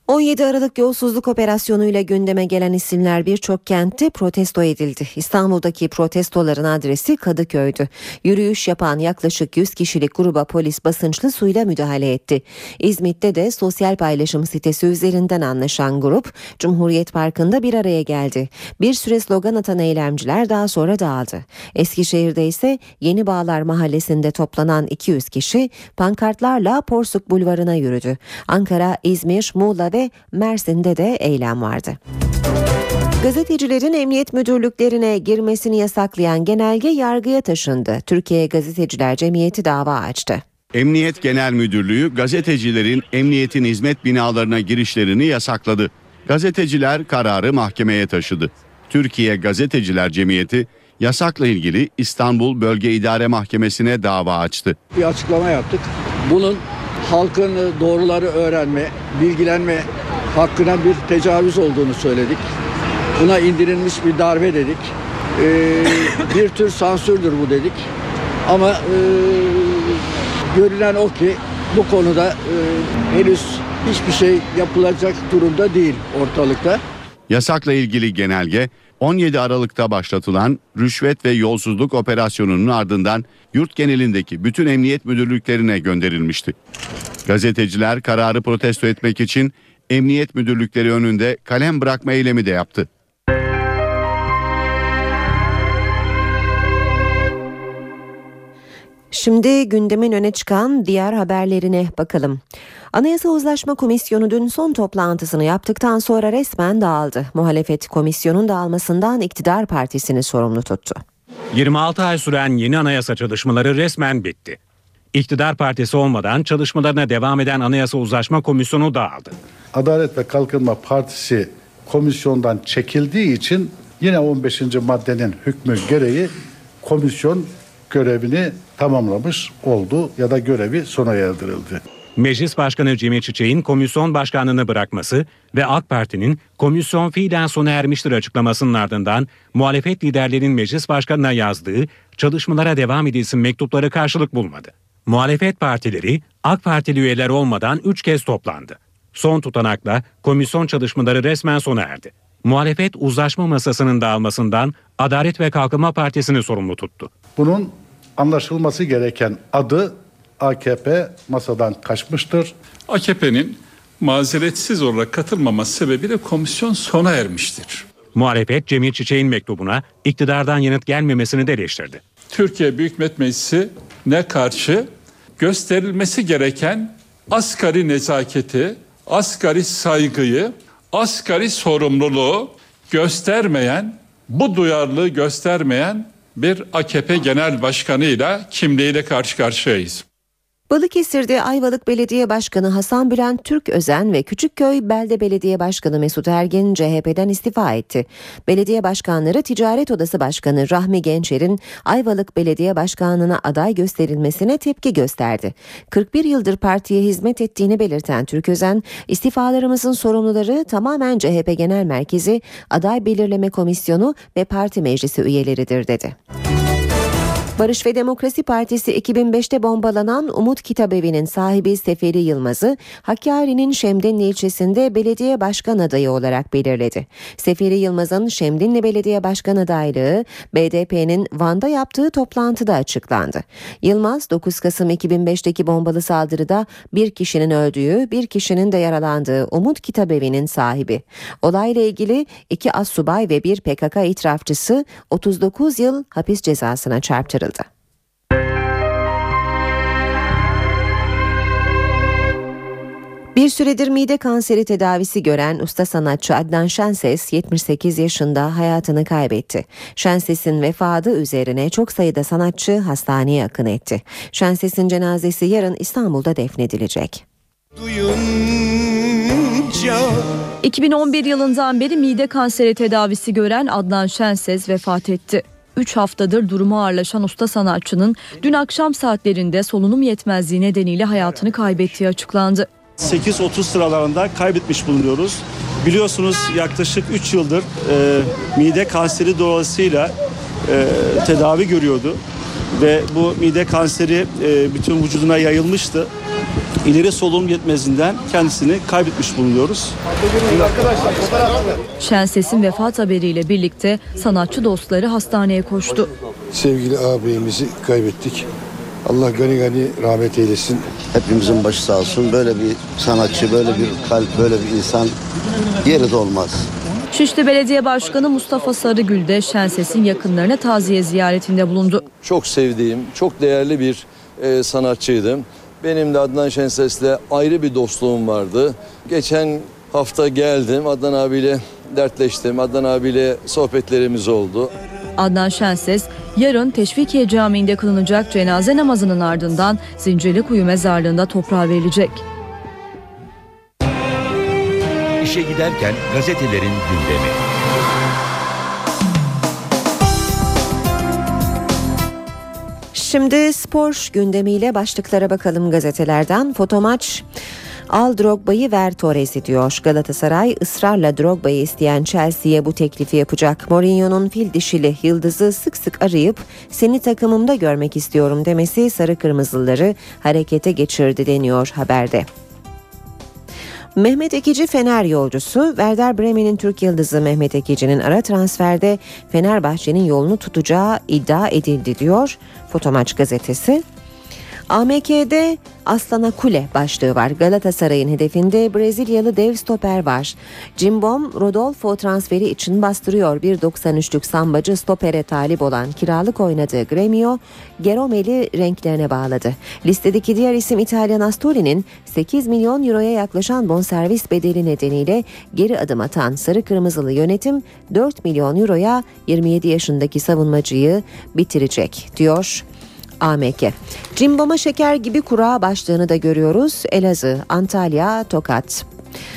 on yedi Aralık yolsuzluk operasyonuyla gündeme gelen isimler birçok kentte protesto edildi. İstanbul'daki protestoların adresi Kadıköy'dü. Yürüyüş yapan yaklaşık yüz kişilik gruba polis basınçlı suyla müdahale etti. İzmit'te de sosyal paylaşım sitesi üzerinden anlaşan grup Cumhuriyet Parkı'nda bir araya geldi. Bir süre slogan atan eylemciler daha sonra dağıldı. Eskişehir'de ise Yeni Bağlar Mahallesi'nde toplanan iki yüz kişi pankartlarla Porsuk Bulvarı'na yürüdü. Ankara, İzmir, Muğla ve Mersin'de de eylem vardı. Gazetecilerin emniyet müdürlüklerine girmesini yasaklayan genelge yargıya taşındı. Türkiye Gazeteciler Cemiyeti dava açtı. Emniyet Genel Müdürlüğü gazetecilerin emniyetin hizmet binalarına girişlerini yasakladı. Gazeteciler kararı mahkemeye taşıdı. Türkiye Gazeteciler Cemiyeti yasakla ilgili İstanbul Bölge İdare Mahkemesi'ne dava açtı. Bir açıklama yaptık. Bunun halkın doğruları öğrenme, bilgilenme hakkına bir tecavüz olduğunu söyledik. Buna indirilmiş bir darbe dedik. Ee, bir tür sansürdür bu dedik. Ama e, görünen o ki bu konuda e, henüz hiçbir şey yapılacak durumda değil ortalıkta. Yasakla ilgili genelge on yedi Aralık'ta başlatılan rüşvet ve yolsuzluk operasyonunun ardından yurt genelindeki bütün emniyet müdürlüklerine gönderilmişti. Gazeteciler kararı protesto etmek için emniyet müdürlükleri önünde kalem bırakma eylemi de yaptı. Şimdi gündemin öne çıkan diğer haberlerine bakalım. Anayasa Uzlaşma Komisyonu dün son toplantısını yaptıktan sonra resmen dağıldı. Muhalefet komisyonun dağılmasından iktidar partisini sorumlu tuttu. yirmi altı ay süren yeni anayasa çalışmaları resmen bitti. İktidar partisi olmadan çalışmalarına devam eden Anayasa Uzlaşma Komisyonu dağıldı. Adalet ve Kalkınma Partisi komisyondan çekildiği için yine on beşinci maddenin hükmü gereği komisyon görevini tamamlamış oldu ya da görevi sona erdirildi. Meclis Başkanı Cemil Çiçek'in komisyon başkanlığını bırakması ve AK Parti'nin komisyon fiilen sona ermiştir açıklamasının ardından muhalefet liderlerinin meclis başkanına yazdığı çalışmalara devam edilsin mektupları karşılık bulmadı. Muhalefet partileri AK Partili üyeler olmadan üç kez toplandı. Son tutanakla komisyon çalışmaları resmen sona erdi. Muhalefet uzlaşma masasının dağılmasından Adalet ve Kalkınma Partisi'ni sorumlu tuttu. Bunun anlaşılması gereken adı A K P masadan kaçmıştır. A K P'nin mazeretsiz olarak katılmaması sebebiyle komisyon sona ermiştir. Muhalefet Cemil Çiçek'in mektubuna iktidardan yanıt gelmemesini de eleştirdi. Türkiye Büyük Millet Meclisi'ne karşı gösterilmesi gereken asgari nezaketi, asgari saygıyı, asgari sorumluluğu göstermeyen, bu duyarlılığı göstermeyen bir A K P Genel Başkanı'yla, kimliğiyle karşı karşıyayız. Balıkesir'de Ayvalık Belediye Başkanı Hasan Bülent Türközen ve Küçükköy Belde Belediye Başkanı Mesut Ergin C H P'den istifa etti. Belediye başkanları Ticaret Odası Başkanı Rahmi Gençer'in Ayvalık Belediye Başkanlığı'na aday gösterilmesine tepki gösterdi. kırk bir yıldır partiye hizmet ettiğini belirten Türközen, istifalarımızın sorumluları tamamen C H P Genel Merkezi, Aday Belirleme Komisyonu ve Parti Meclisi üyeleridir dedi. Barış ve Demokrasi Partisi iki bin beşte bombalanan Umut Kitabevi'nin sahibi Seferi Yılmaz'ı Hakkari'nin Şemdinli ilçesinde belediye başkan adayı olarak belirledi. Seferi Yılmaz'ın Şemdinli Belediye Başkan adaylığı B D P'nin Van'da yaptığı toplantıda açıklandı. Yılmaz dokuz Kasım iki bin beşteki bombalı saldırıda bir kişinin öldüğü, bir kişinin de yaralandığı Umut Kitabevi'nin sahibi. Olayla ilgili iki astsubay ve bir P K K itirafçısı otuz dokuz yıl hapis cezasına çarptırıldı. Bir süredir mide kanseri tedavisi gören usta sanatçı Adnan Şenses yetmiş sekiz yaşında hayatını kaybetti. Şenses'in vefatı üzerine çok sayıda sanatçı hastaneye akın etti. Şenses'in cenazesi yarın İstanbul'da defnedilecek. Duyunca... iki bin on bir yılından beri mide kanseri tedavisi gören Adnan Şenses vefat etti. üç haftadır durumu ağırlaşan usta sanatçının dün akşam saatlerinde solunum yetmezliği nedeniyle hayatını kaybettiği açıklandı. sekiz otuz sıralarında kaybetmiş bulunuyoruz. Biliyorsunuz yaklaşık üç yıldır e, mide kanseri dolayısıyla e, tedavi görüyordu. Ve bu mide kanseri e, bütün vücuduna yayılmıştı. ileri solunum yetmezliğinden kendisini kaybetmiş bulunuyoruz. Şenses'in vefat haberiyle birlikte sanatçı dostları hastaneye koştu. Sevgili ağabeyimizi kaybettik. Allah gani gani rahmet eylesin. Hepimizin başı sağ olsun. Böyle bir sanatçı, böyle bir kalp, böyle bir insan yeri de olmaz. Şişli Belediye Başkanı Mustafa Sarıgül de Şenses'in yakınlarına taziye ziyaretinde bulundu. Çok sevdiğim, çok değerli bir e, sanatçıydım. Benim de Adnan Şenses'le ayrı bir dostluğum vardı. Geçen hafta geldim, Adnan abiyle dertleştim. Adnan abiyle sohbetlerimiz oldu. Adnan Şenses yarın Teşvikiye Camii'nde kılınacak cenaze namazının ardından Zincirlikuyu Mezarlığı'nda toprağa verilecek. İşe giderken gazetelerin gündemi. Şimdi spor gündemiyle başlıklara bakalım gazetelerden. Fotomaç, al Drogba'yı ver Torres'i diyor. Galatasaray ısrarla Drogba'yı isteyen Chelsea'ye bu teklifi yapacak. Mourinho'nun fil dişili yıldızı sık sık arayıp seni takımımda görmek istiyorum demesi sarı kırmızıları harekete geçirdi deniyor haberde. Mehmet Ekici Fener yolcusu. Werder Bremen'in Türk yıldızı Mehmet Ekici'nin ara transferde Fenerbahçe'nin yolunu tutacağı iddia edildi diyor Fotomaç gazetesi. A M K'de Aslana Kule başlığı var. Galatasaray'ın hedefinde Brezilyalı dev stoper var. Cimbom Rodolfo transferi için bastırıyor. bir doksan üçlük sambacı stopere talip olan kiralık oynadığı Gremio, Geromeli renklerine bağladı. Listedeki diğer isim İtalyan Astori'nin sekiz milyon euroya yaklaşan bonservis bedeli nedeniyle geri adım atan sarı kırmızılı yönetim dört milyon euroya yirmi yedi yaşındaki savunmacıyı bitirecek diyor A M K. Cimbom'a şeker gibi kura başlığını da görüyoruz. Elazığ, Antalya, Tokat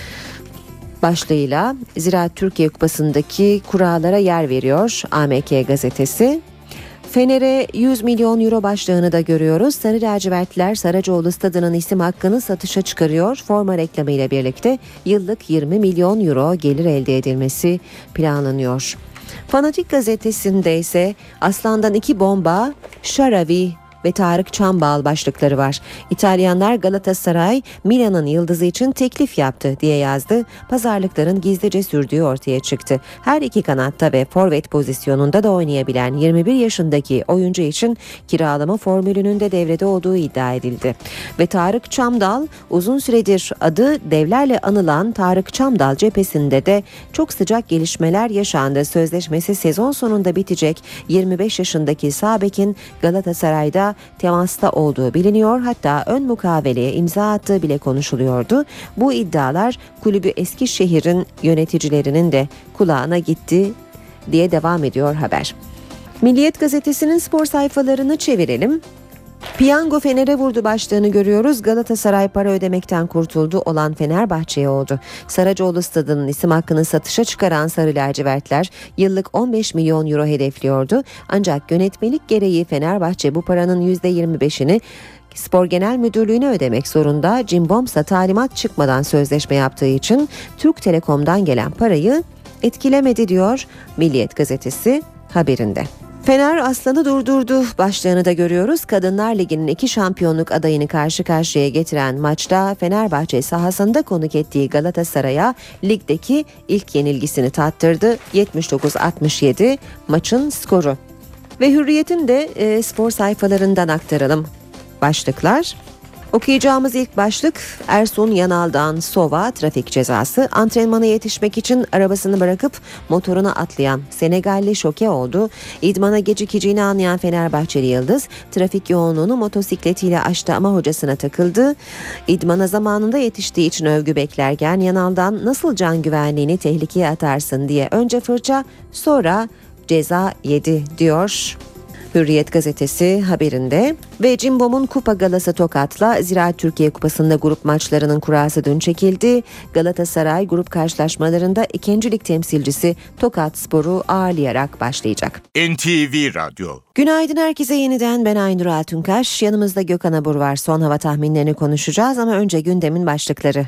başlığıyla Ziraat Türkiye Kupası'ndaki kuralara yer veriyor A M K gazetesi. Fener'e yüz milyon euro başlığını da görüyoruz. Sarı lacivertliler Saracoğlu Stadı'nın isim hakkını satışa çıkarıyor. Forma reklamı ile birlikte yıllık yirmi milyon euro gelir elde edilmesi planlanıyor. Fanatik gazetesinde ise Aslan'dan iki bomba, Şaravi ve Tarık Çambal başlıkları var. İtalyanlar Galatasaray, Milan'ın yıldızı için teklif yaptı diye yazdı. Pazarlıkların gizlice sürdüğü ortaya çıktı. Her iki kanatta ve forvet pozisyonunda da oynayabilen yirmi bir yaşındaki oyuncu için kiralama formülünün de devrede olduğu iddia edildi. Ve Tarık Çamdal uzun süredir adı devlerle anılan Tarık Çamdal cephesinde de çok sıcak gelişmeler yaşandı. Sözleşmesi sezon sonunda bitecek yirmi beş yaşındaki sağ bekin Galatasaray'da temasta olduğu biliniyor. Hatta ön mukaveleye imza attığı bile konuşuluyordu. Bu iddialar kulübü Eskişehir'in yöneticilerinin de kulağına gitti diye devam ediyor haber. Milliyet gazetesinin spor sayfalarını çevirelim. Piyango Fener'e vurdu başlığını görüyoruz. Galatasaray para ödemekten kurtuldu, olan Fenerbahçe'ye oldu. Saracoğlu Stadı'nın isim hakkını satışa çıkaran Sarı Lacivertler yıllık on beş milyon euro hedefliyordu. Ancak yönetmelik gereği Fenerbahçe bu paranın yüzde yirmi beşini Spor Genel Müdürlüğü'ne ödemek zorunda. Cimbomsa talimat çıkmadan sözleşme yaptığı için Türk Telekom'dan gelen parayı etkilemedi diyor Milliyet gazetesi haberinde. Fener Aslan'ı durdurdu başlığını da görüyoruz. Kadınlar Ligi'nin iki şampiyonluk adayını karşı karşıya getiren maçta Fenerbahçe sahasında konuk ettiği Galatasaray'a ligdeki ilk yenilgisini tattırdı. yetmiş dokuz altmış yedi maçın skoru. Ve Hürriyet'in de e, spor sayfalarından aktaralım başlıklar. Okuyacağımız ilk başlık Ersun Yanal'dan Sova trafik cezası. Antrenmana yetişmek için arabasını bırakıp motoruna atlayan Senegalli şoke oldu. İdmana gecikeceğini anlayan Fenerbahçeli Yıldız trafik yoğunluğunu motosikletiyle aştı ama hocasına takıldı. İdmana zamanında yetiştiği için övgü beklerken Yanal'dan nasıl can güvenliğini tehlikeye atarsın diye önce fırça sonra ceza yedi diyor Hürriyet gazetesi haberinde. Ve Cimbom'un kupa galası Tokat'la Ziraat Türkiye Kupası'nda grup maçlarının kurası dün çekildi. Galatasaray grup karşılaşmalarında ikinci lig temsilcisi Tokatspor'u ağırlayarak başlayacak. N T V Radyo. Günaydın herkese yeniden, ben Aynur Altunkaş. Yanımızda Gökhan Abur var. Son hava tahminlerini konuşacağız ama önce gündemin başlıkları.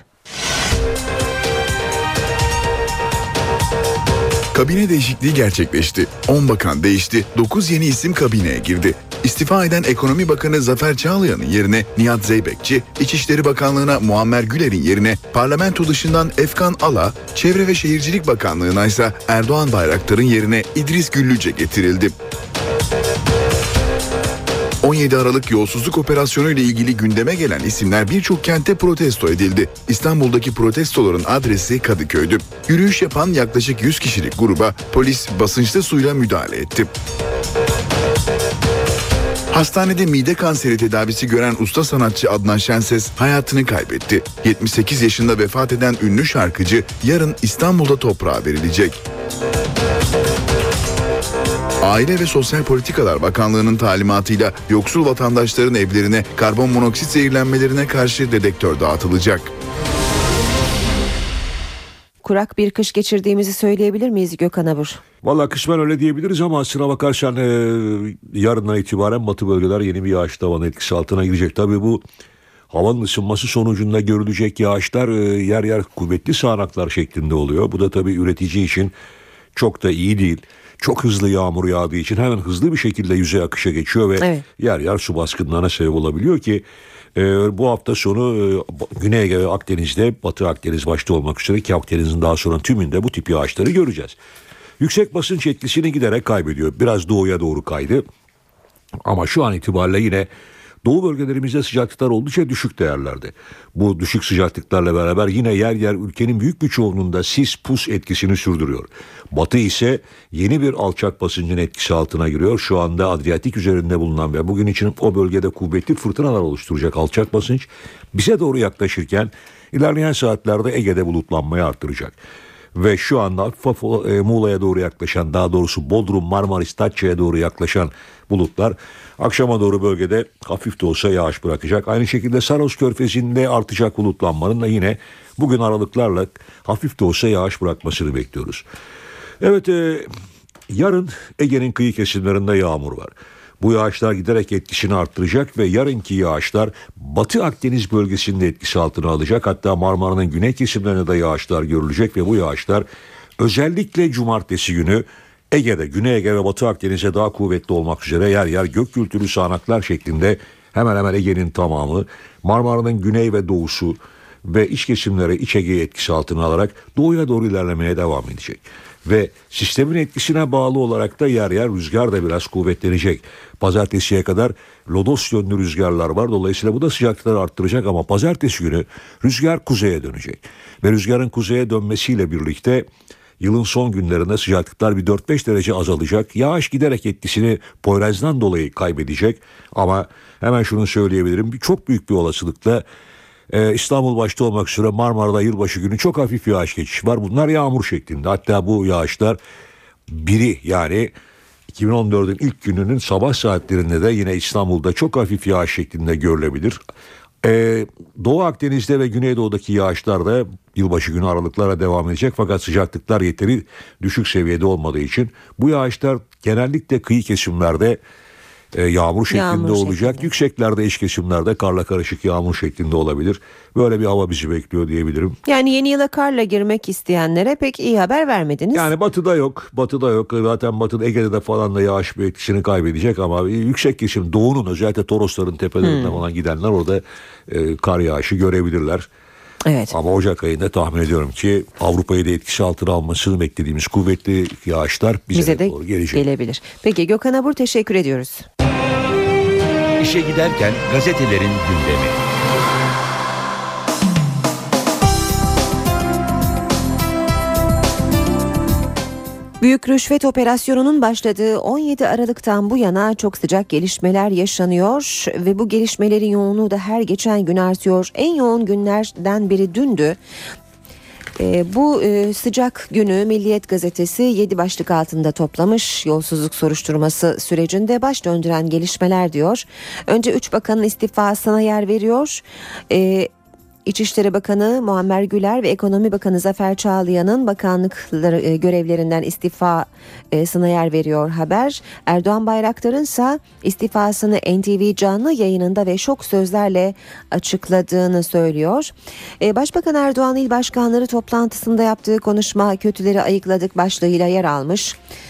Kabine değişikliği gerçekleşti. on bakan değişti, dokuz yeni isim kabineye girdi. İstifa eden Ekonomi Bakanı Zafer Çağlayan'ın yerine Nihat Zeybekçi, İçişleri Bakanlığı'na Muammer Güler'in yerine parlamento dışından Efkan Ala, Çevre ve Şehircilik Bakanlığı'na ise Erdoğan Bayraktar'ın yerine İdris Güllüce getirildi. on yedi Aralık yolsuzluk operasyonu ile ilgili gündeme gelen isimler birçok kentte protesto edildi. İstanbul'daki protestoların adresi Kadıköy'dü. Yürüyüş yapan yaklaşık yüz kişilik gruba polis basınçlı suyla müdahale etti. Hastanede mide kanseri tedavisi gören usta sanatçı Adnan Şenses hayatını kaybetti. yetmiş sekiz yaşında vefat eden ünlü şarkıcı yarın İstanbul'da toprağa verilecek. Aile ve Sosyal Politikalar Bakanlığı'nın talimatıyla yoksul vatandaşların evlerine karbon monoksit zehirlenmelerine karşı dedektör dağıtılacak. Kurak bir kış geçirdiğimizi söyleyebilir miyiz Gökhan Abur? Valla kısmen öyle diyebiliriz ama aslına bakarsan e, yarından itibaren batı bölgeler yeni bir yağış tavanı etkisi altına girecek. Tabii bu havanın ısınması sonucunda görülecek yağışlar e, yer yer kuvvetli sağanaklar şeklinde oluyor. Bu da tabii üretici için çok da iyi değil. Çok hızlı yağmur yağdığı için hemen hızlı bir şekilde yüzey akışa geçiyor ve evet. yer yer su baskınlarına sebep olabiliyor ki e, bu hafta sonu e, Güney Ege ve Akdeniz'de, Batı Akdeniz başta olmak üzere ki Akdeniz'in daha sonra tümünde bu tip yağışları göreceğiz. Yüksek basınç etkisini giderek kaybediyor. Biraz doğuya doğru kaydı ama şu an itibariyle yine doğu bölgelerimizde sıcaklıklar oldukça düşük değerlerde. Bu düşük sıcaklıklarla beraber yine yer yer ülkenin büyük bir çoğunluğunda sis pus etkisini sürdürüyor. Batı ise yeni bir alçak basıncın etkisi altına giriyor. Şu anda Adriyatik üzerinde bulunan ve bugün için o bölgede kuvvetli fırtınalar oluşturacak alçak basınç bize doğru yaklaşırken ilerleyen saatlerde Ege'de bulutlanmayı artıracak. Ve şu anda Muğla'ya doğru yaklaşan, daha doğrusu Bodrum, Marmaris, Datça'ya doğru yaklaşan bulutlar akşama doğru bölgede hafif de olsa yağış bırakacak. Aynı şekilde Saros Körfezi'nde artacak bulutlanmanın da yine bugün aralıklarla hafif de olsa yağış bırakmasını bekliyoruz. Evet, e, yarın Ege'nin kıyı kesimlerinde yağmur var. Bu yağışlar giderek etkisini arttıracak ve yarınki yağışlar Batı Akdeniz bölgesinde etkisi altına alacak. Hatta Marmara'nın güney kesimlerinde de yağışlar görülecek ve bu yağışlar özellikle cumartesi günü Ege'de, Güney Ege ve Batı Akdeniz'e daha kuvvetli olmak üzere yer yer gök gürültülü sağanaklar şeklinde hemen hemen Ege'nin tamamı, Marmara'nın güney ve doğusu ve iç kesimleri İç Ege'yi etkisi altına alarak doğuya doğru ilerlemeye devam edecek. Ve sistemin etkisine bağlı olarak da yer yer rüzgar da biraz kuvvetlenecek. Pazartesiye kadar lodos yönlü rüzgarlar var. Dolayısıyla bu da sıcaklıkları arttıracak ama pazartesi günü rüzgar kuzeye dönecek. Ve rüzgarın kuzeye dönmesiyle birlikte yılın son günlerinde sıcaklıklar bir dört beş derece azalacak. Yağış giderek etkisini Poyraz'dan dolayı kaybedecek. Ama hemen şunu söyleyebilirim. Çok büyük bir olasılıkla Ee, İstanbul başta olmak üzere Marmara'da yılbaşı günü çok hafif yağış geçişi var. Bunlar yağmur şeklinde. Hatta bu yağışlar biri yani iki bin on dördün ilk gününün sabah saatlerinde de yine İstanbul'da çok hafif yağış şeklinde görülebilir. Ee, Doğu Akdeniz'de ve Güneydoğu'daki yağışlar da yılbaşı günü aralıklara devam edecek. Fakat sıcaklıklar yeteri düşük seviyede olmadığı için bu yağışlar genellikle kıyı kesimlerde E, yağmur şeklinde yağmur olacak. Şeklinde. Yükseklerde, iç kesimlerde karla karışık yağmur şeklinde olabilir. Böyle bir hava bizi bekliyor diyebilirim. Yani yeni yıla karla girmek isteyenlere pek iyi haber vermediniz. Yani batıda yok. Batıda yok. Zaten batıda Ege'de de falan da yağış bir etkisini kaybedecek ama yüksek kesim doğunun özellikle Torosların tepelerinde hmm. falan gidenler orada e, kar yağışı görebilirler. Evet. Ama Ocak ayında tahmin ediyorum ki Avrupa'yı da etkisi altına almasını beklediğimiz kuvvetli yağışlar bize, bize de doğru gelecek. Gelebilir. Peki Gökhan Abur, teşekkür ediyoruz. İşe giderken gazetelerin gündemi. Büyük rüşvet operasyonunun başladığı on yedi Aralık'tan bu yana çok sıcak gelişmeler yaşanıyor ve bu gelişmelerin yoğunluğu da her geçen gün artıyor. En yoğun günlerden biri dündü. E, bu e, sıcak günü Milliyet gazetesi yedi başlık altında toplamış. Yolsuzluk soruşturması sürecinde baş döndüren gelişmeler diyor. Önce üç bakanın istifasına yer veriyor. E, İçişleri Bakanı Muammer Güler ve Ekonomi Bakanı Zafer Çağlayan'ın bakanlıkları e, görevlerinden istifasına yer veriyor haber. Erdoğan Bayraktar'ın ise istifasını N T V canlı yayınında ve şok sözlerle açıkladığını söylüyor. E, Başbakan Erdoğan il başkanları toplantısında yaptığı konuşma kötüleri ayıkladık başlığıyla yer almış.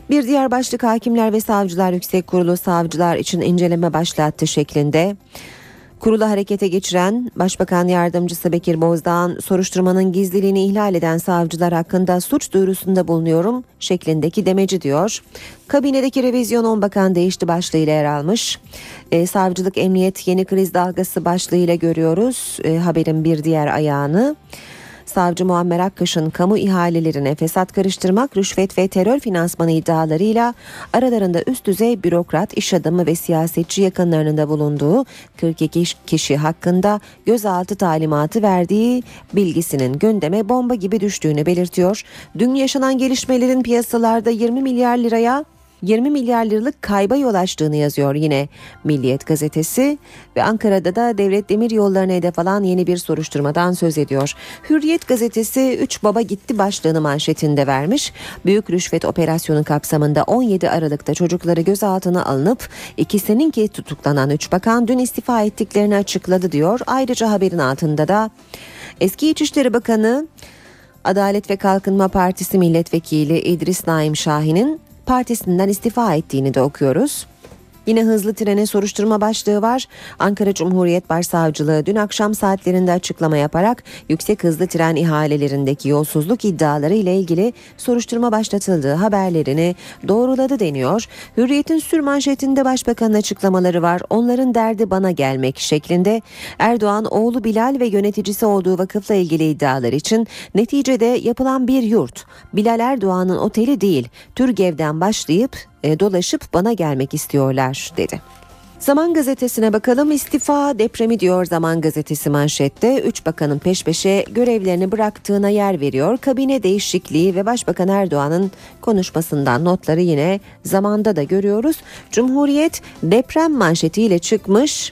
Bir diğer başlık Hakimler ve Savcılar Yüksek Kurulu savcılar için inceleme başlattı şeklinde. Kurulu harekete geçiren Başbakan Yardımcısı Bekir Bozdağ'ın soruşturmanın gizliliğini ihlal eden savcılar hakkında suç duyurusunda bulunuyorum şeklindeki demeci diyor. Kabinedeki revizyon on bakan değişti başlığıyla yer almış. E, savcılık emniyet yeni kriz dalgası başlığıyla görüyoruz e, haberin bir diğer ayağını. Savcı Muammer Akkaş'ın kamu ihalelerine fesat karıştırmak, rüşvet ve terör finansmanı iddialarıyla aralarında üst düzey bürokrat, iş adamı ve siyasetçi yakınlarının da bulunduğu kırk iki kişi hakkında gözaltı talimatı verdiği bilgisinin gündeme bomba gibi düştüğünü belirtiyor. Dün yaşanan gelişmelerin piyasalarda yirmi milyar liraya yirmi milyar liralık kayba yol açtığını yazıyor yine Milliyet gazetesi ve Ankara'da da devlet demiryollarına hedef alan yeni bir soruşturmadan söz ediyor. Hürriyet gazetesi üç baba gitti başlığını manşetinde vermiş. Büyük rüşvet operasyonu kapsamında on yedi Aralık'ta çocukları gözaltına alınıp ikisininki tutuklanan üç bakan dün istifa ettiklerini açıkladı diyor. Ayrıca haberin altında da eski İçişleri Bakanı Adalet ve Kalkınma Partisi Milletvekili İdris Naim Şahin'in partisinden istifa ettiğini de okuyoruz. Yine hızlı trene soruşturma başlığı var. Ankara Cumhuriyet Başsavcılığı dün akşam saatlerinde açıklama yaparak yüksek hızlı tren ihalelerindeki yolsuzluk iddiaları ile ilgili soruşturma başlatıldığı haberlerini doğruladı deniyor. Hürriyet'in sürmanşetinde Başbakanın açıklamaları var. Onların derdi bana gelmek şeklinde. Erdoğan oğlu Bilal ve yöneticisi olduğu vakıfla ilgili iddialar için neticede yapılan bir yurt. Bilal Erdoğan'ın oteli değil, Türgev'den başlayıp E, dolaşıp bana gelmek istiyorlar dedi. Zaman gazetesine bakalım. İstifa depremi diyor Zaman gazetesi manşette. Üç bakanın peş peşe görevlerini bıraktığına yer veriyor. Kabine değişikliği ve Başbakan Erdoğan'ın konuşmasından notları yine Zaman'da da görüyoruz. Cumhuriyet deprem manşetiyle çıkmış.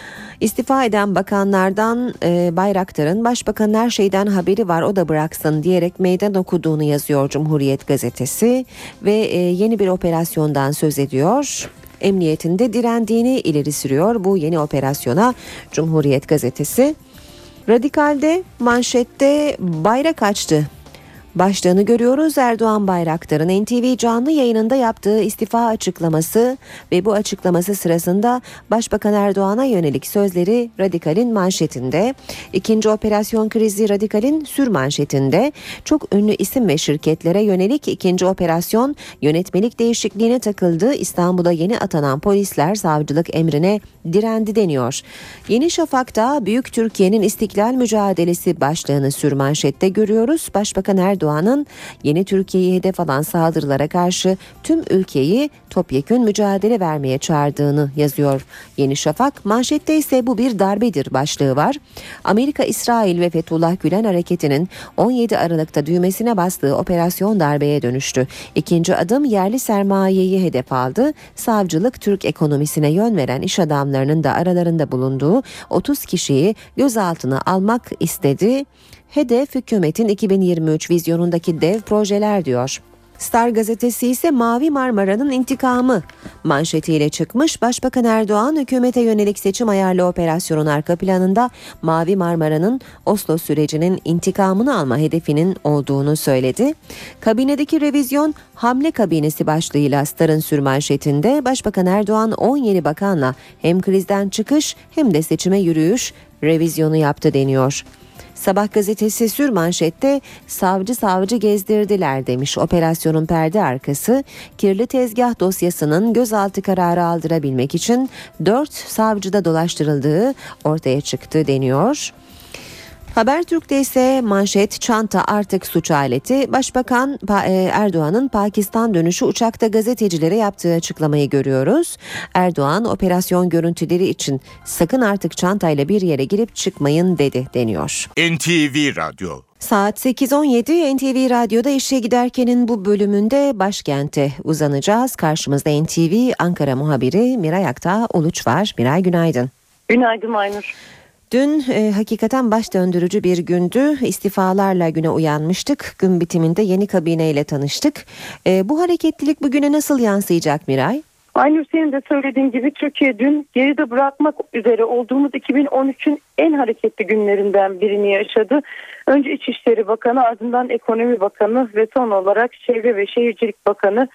İstifa eden bakanlardan e, Bayraktar'ın başbakanın her şeyden haberi var o da bıraksın diyerek meydan okuduğunu yazıyor Cumhuriyet gazetesi ve e, yeni bir operasyondan söz ediyor. Emniyetinde direndiğini ileri sürüyor bu yeni operasyona Cumhuriyet gazetesi. Radikal'de manşette bayrak açtı başlığını görüyoruz. Erdoğan Bayraktar'ın N T V canlı yayınında yaptığı istifa açıklaması ve bu açıklaması sırasında Başbakan Erdoğan'a yönelik sözleri Radikal'in manşetinde. İkinci operasyon krizi Radikal'in sür manşetinde. Çok ünlü isim ve şirketlere yönelik ikinci operasyon yönetmelik değişikliğine takıldı. İstanbul'a yeni atanan polisler savcılık emrine direndi deniyor. Yeni Şafak'ta Büyük Türkiye'nin İstiklal Mücadelesi başlığını sür manşette görüyoruz. Başbakan Erdoğan Erdoğan'ın yeni Türkiye'yi hedef alan saldırılara karşı tüm ülkeyi topyekün mücadele vermeye çağırdığını yazıyor Yeni Şafak. Manşette ise bu bir darbedir başlığı var. Amerika, İsrail ve Fethullah Gülen hareketinin on yedi Aralık'ta düğmesine bastığı operasyon darbeye dönüştü. İkinci adım yerli sermayeyi hedef aldı. Savcılık Türk ekonomisine yön veren iş adamlarının da aralarında bulunduğu otuz kişiyi gözaltına almak istedi. Hedef hükümetin iki bin yirmi üç vizyonundaki dev projeler diyor. Star gazetesi ise Mavi Marmara'nın intikamı manşetiyle çıkmış. Başbakan Erdoğan hükümete yönelik seçim ayarlı operasyonun arka planında Mavi Marmara'nın Oslo sürecinin intikamını alma hedefinin olduğunu söyledi. Kabinedeki revizyon hamle kabinesi başlığıyla Star'ın sürmanşetinde Başbakan Erdoğan on yedi bakanla hem krizden çıkış hem de seçime yürüyüş revizyonu yaptı deniyor. Sabah gazetesi sürmanşette savcı savcı gezdirdiler demiş. Operasyonun perde arkası kirli tezgah dosyasının gözaltı kararı aldırabilmek için dört savcıda dolaştırıldığı ortaya çıktı deniyor. Habertürk'te ise manşet çanta artık suç aleti. Başbakan Erdoğan'ın Pakistan dönüşü uçakta gazetecilere yaptığı açıklamayı görüyoruz. Erdoğan operasyon görüntüleri için sakın artık çantayla bir yere girip çıkmayın dedi deniyor. N T V Radyo. Saat sekiz on yedi N T V Radyo'da işe giderkenin bu bölümünde başkente uzanacağız. Karşımızda N T V Ankara muhabiri Miray Aktağ Uluç var. Miray günaydın. Günaydın Aynur. Dün e, hakikaten baş döndürücü bir gündü. İstifalarla güne uyanmıştık. Gün bitiminde yeni kabineyle tanıştık. E, bu hareketlilik bugüne nasıl yansıyacak Miray? Aynı senin de söylediğin gibi Türkiye dün geride bırakmak üzere olduğumuz iki bin on üçün en hareketli günlerinden birini yaşadı. Önce İçişleri Bakanı, ardından Ekonomi Bakanı ve son olarak Çevre ve Şehircilik Bakanı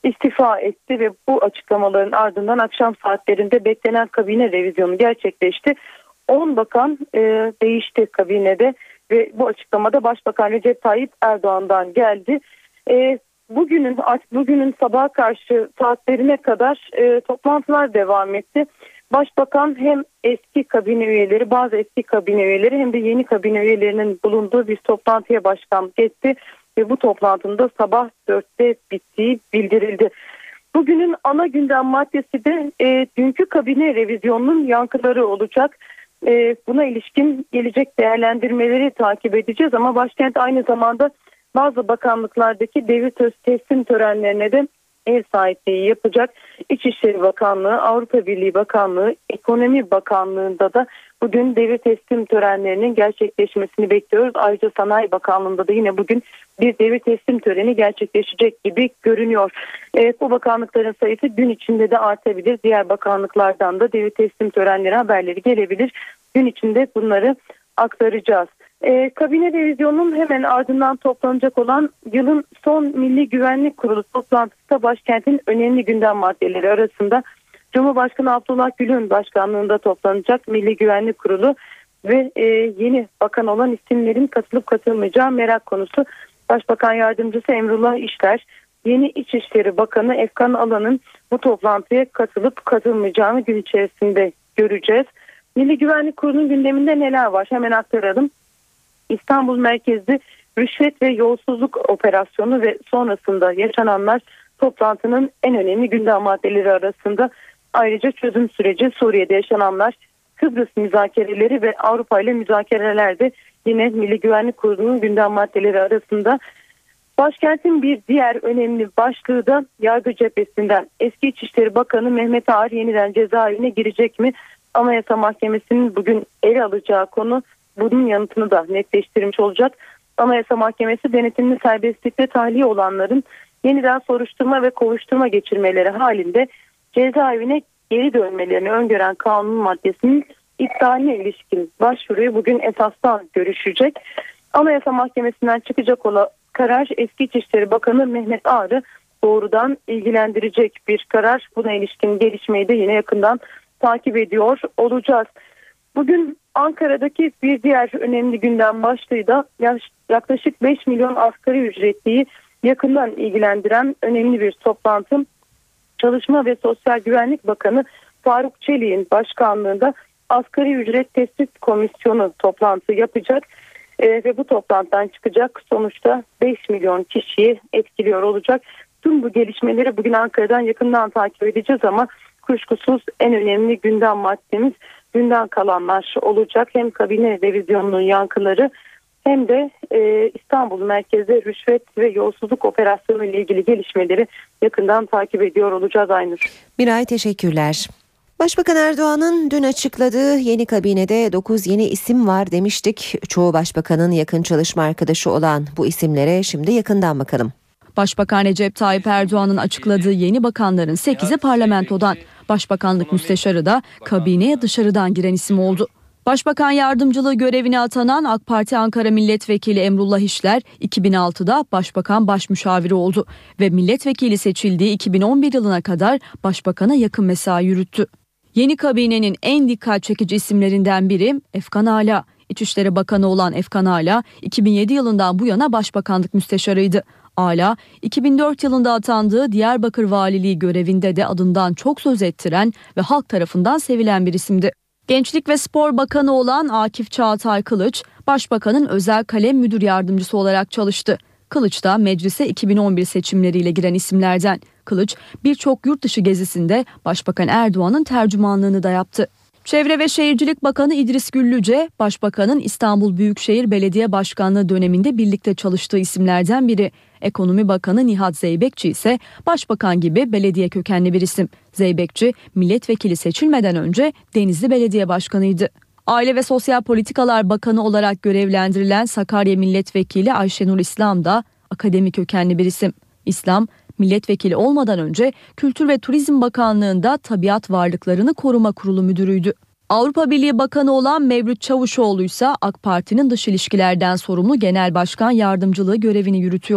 istifa etti ve bu açıklamaların ardından akşam saatlerinde beklenen kabine revizyonu gerçekleşti. on bakan e, değişti kabinede ve bu açıklamada Başbakan Recep Tayyip Erdoğan'dan geldi. E, bugünün artık bugünün sabaha karşı saatlerine kadar e, toplantılar devam etti. Başbakan hem eski kabine üyeleri, bazı eski kabine üyeleri hem de yeni kabine üyelerinin bulunduğu bir toplantıya başkanlık etti ve bu toplantının da sabah dörtte bittiği bildirildi. Bugünün ana gündem maddesi de e, dünkü kabine revizyonunun yankıları olacak. E, buna ilişkin gelecek değerlendirmeleri takip edeceğiz ama başkent aynı zamanda bazı bakanlıklardaki devir teslim törenlerine de ev sahipliği yapacak. İçişleri Bakanlığı, Avrupa Birliği Bakanlığı, Ekonomi Bakanlığı'nda da bugün devir teslim törenlerinin gerçekleşmesini bekliyoruz. Ayrıca Sanayi Bakanlığı'nda da yine bugün bir devir teslim töreni gerçekleşecek gibi görünüyor. Evet, bu bakanlıkların sayısı gün içinde de artabilir. Diğer bakanlıklardan da devir teslim törenleri haberleri gelebilir. Gün içinde bunları aktaracağız. E, kabine revizyonunun hemen ardından toplanacak olan yılın son Milli Güvenlik Kurulu toplantısı da başkentin önemli gündem maddeleri arasında. Cumhurbaşkanı Abdullah Gül'ün başkanlığında toplanacak Milli Güvenlik Kurulu ve e, yeni bakan olan isimlerin katılıp katılmayacağı merak konusu. Başbakan Yardımcısı Emrullah İşler, yeni İçişleri Bakanı Efkan Alan'ın bu toplantıya katılıp katılmayacağını gün içerisinde göreceğiz. Milli Güvenlik Kurulu'nun gündeminde neler var? Hemen aktaralım. İstanbul merkezli rüşvet ve yolsuzluk operasyonu ve sonrasında yaşananlar toplantının en önemli gündem maddeleri arasında. Ayrıca çözüm süreci, Suriye'de yaşananlar, Kıbrıs müzakereleri ve Avrupa ile müzakereler de yine Milli Güvenlik Kurulu'nun gündem maddeleri arasında. Başkentin bir diğer önemli başlığı da yargı cephesinden. Eski İçişleri Bakanı Mehmet Ağar yeniden cezaevine girecek mi? Anayasa Mahkemesi'nin bugün ele alacağı konu bunun yanıtını da netleştirmiş olacak. Anayasa Mahkemesi denetimli serbestlikte tahliye olanların yeniden soruşturma ve kovuşturma geçirmeleri halinde cezaevine geri dönmelerini öngören kanun maddesinin iptaline ilişkin başvuruyu bugün esastan görüşecek. Anayasa Mahkemesi'nden çıkacak olan karar eski İçişleri Bakanı Mehmet Ağar'ı doğrudan ilgilendirecek bir karar. Buna ilişkin gelişmeyi de yine yakından takip ediyor olacağız. Bugün Ankara'daki bir diğer önemli gündem başlığı da yaklaşık beş milyon asgari ücretliyi yakından ilgilendiren önemli bir toplantı. Çalışma ve Sosyal Güvenlik Bakanı Faruk Çelik'in başkanlığında Asgari Ücret Tespit Komisyonu toplantı yapacak e, ve bu toplantıdan çıkacak sonuçta beş milyon kişiyi etkiliyor olacak. Tüm bu gelişmeleri bugün Ankara'dan yakından takip edeceğiz ama kuşkusuz en önemli gündem maddemiz gündem kalanlar olacak. Hem kabine revizyonunun yankıları hem de e, İstanbul merkezde rüşvet ve yolsuzluk operasyonu ile ilgili gelişmeleri yakından takip ediyor olacağız Aynur. Miray, teşekkürler. Başbakan Erdoğan'ın dün açıkladığı yeni kabinede dokuz yeni isim var demiştik. Çoğu başbakanın yakın çalışma arkadaşı olan bu isimlere şimdi yakından bakalım. Başbakan Recep Tayyip Erdoğan'ın açıkladığı yeni bakanların sekizi parlamentodan. Başbakanlık müsteşarı da kabineye dışarıdan giren isim oldu. Başbakan yardımcılığı görevine atanan AK Parti Ankara Milletvekili Emrullah İşler iki bin altıda Başbakan Başmüşaviri oldu ve milletvekili seçildiği iki bin on bir yılına kadar Başbakan'a yakın mesai yürüttü. Yeni kabinenin en dikkat çekici isimlerinden biri Efkan Ala. İçişleri Bakanı olan Efkan Ala iki bin yedi yılından bu yana Başbakanlık müsteşarıydı. Ala, iki bin dört yılında atandığı Diyarbakır Valiliği görevinde de adından çok söz ettiren ve halk tarafından sevilen bir isimdi. Gençlik ve Spor Bakanı olan Akif Çağatay Kılıç, Başbakanın özel kalem müdür yardımcısı olarak çalıştı. Kılıç da meclise iki bin on bir seçimleriyle giren isimlerden. Kılıç, birçok yurt dışı gezisinde Başbakan Erdoğan'ın tercümanlığını da yaptı. Çevre ve Şehircilik Bakanı İdris Güllüce, Başbakan'ın İstanbul Büyükşehir Belediye Başkanlığı döneminde birlikte çalıştığı isimlerden biri. Ekonomi Bakanı Nihat Zeybekçi ise Başbakan gibi belediye kökenli bir isim. Zeybekçi, milletvekili seçilmeden önce Denizli Belediye Başkanıydı. Aile ve Sosyal Politikalar Bakanı olarak görevlendirilen Sakarya Milletvekili Ayşenur İslam da akademik kökenli bir isim. İslam, milletvekili olmadan önce Kültür ve Turizm Bakanlığı'nda Tabiat Varlıklarını Koruma Kurulu müdürüydü. Avrupa Birliği Bakanı olan Mevlüt Çavuşoğlu ise AK Parti'nin dış ilişkilerden sorumlu Genel Başkan Yardımcılığı görevini yürütüyordu.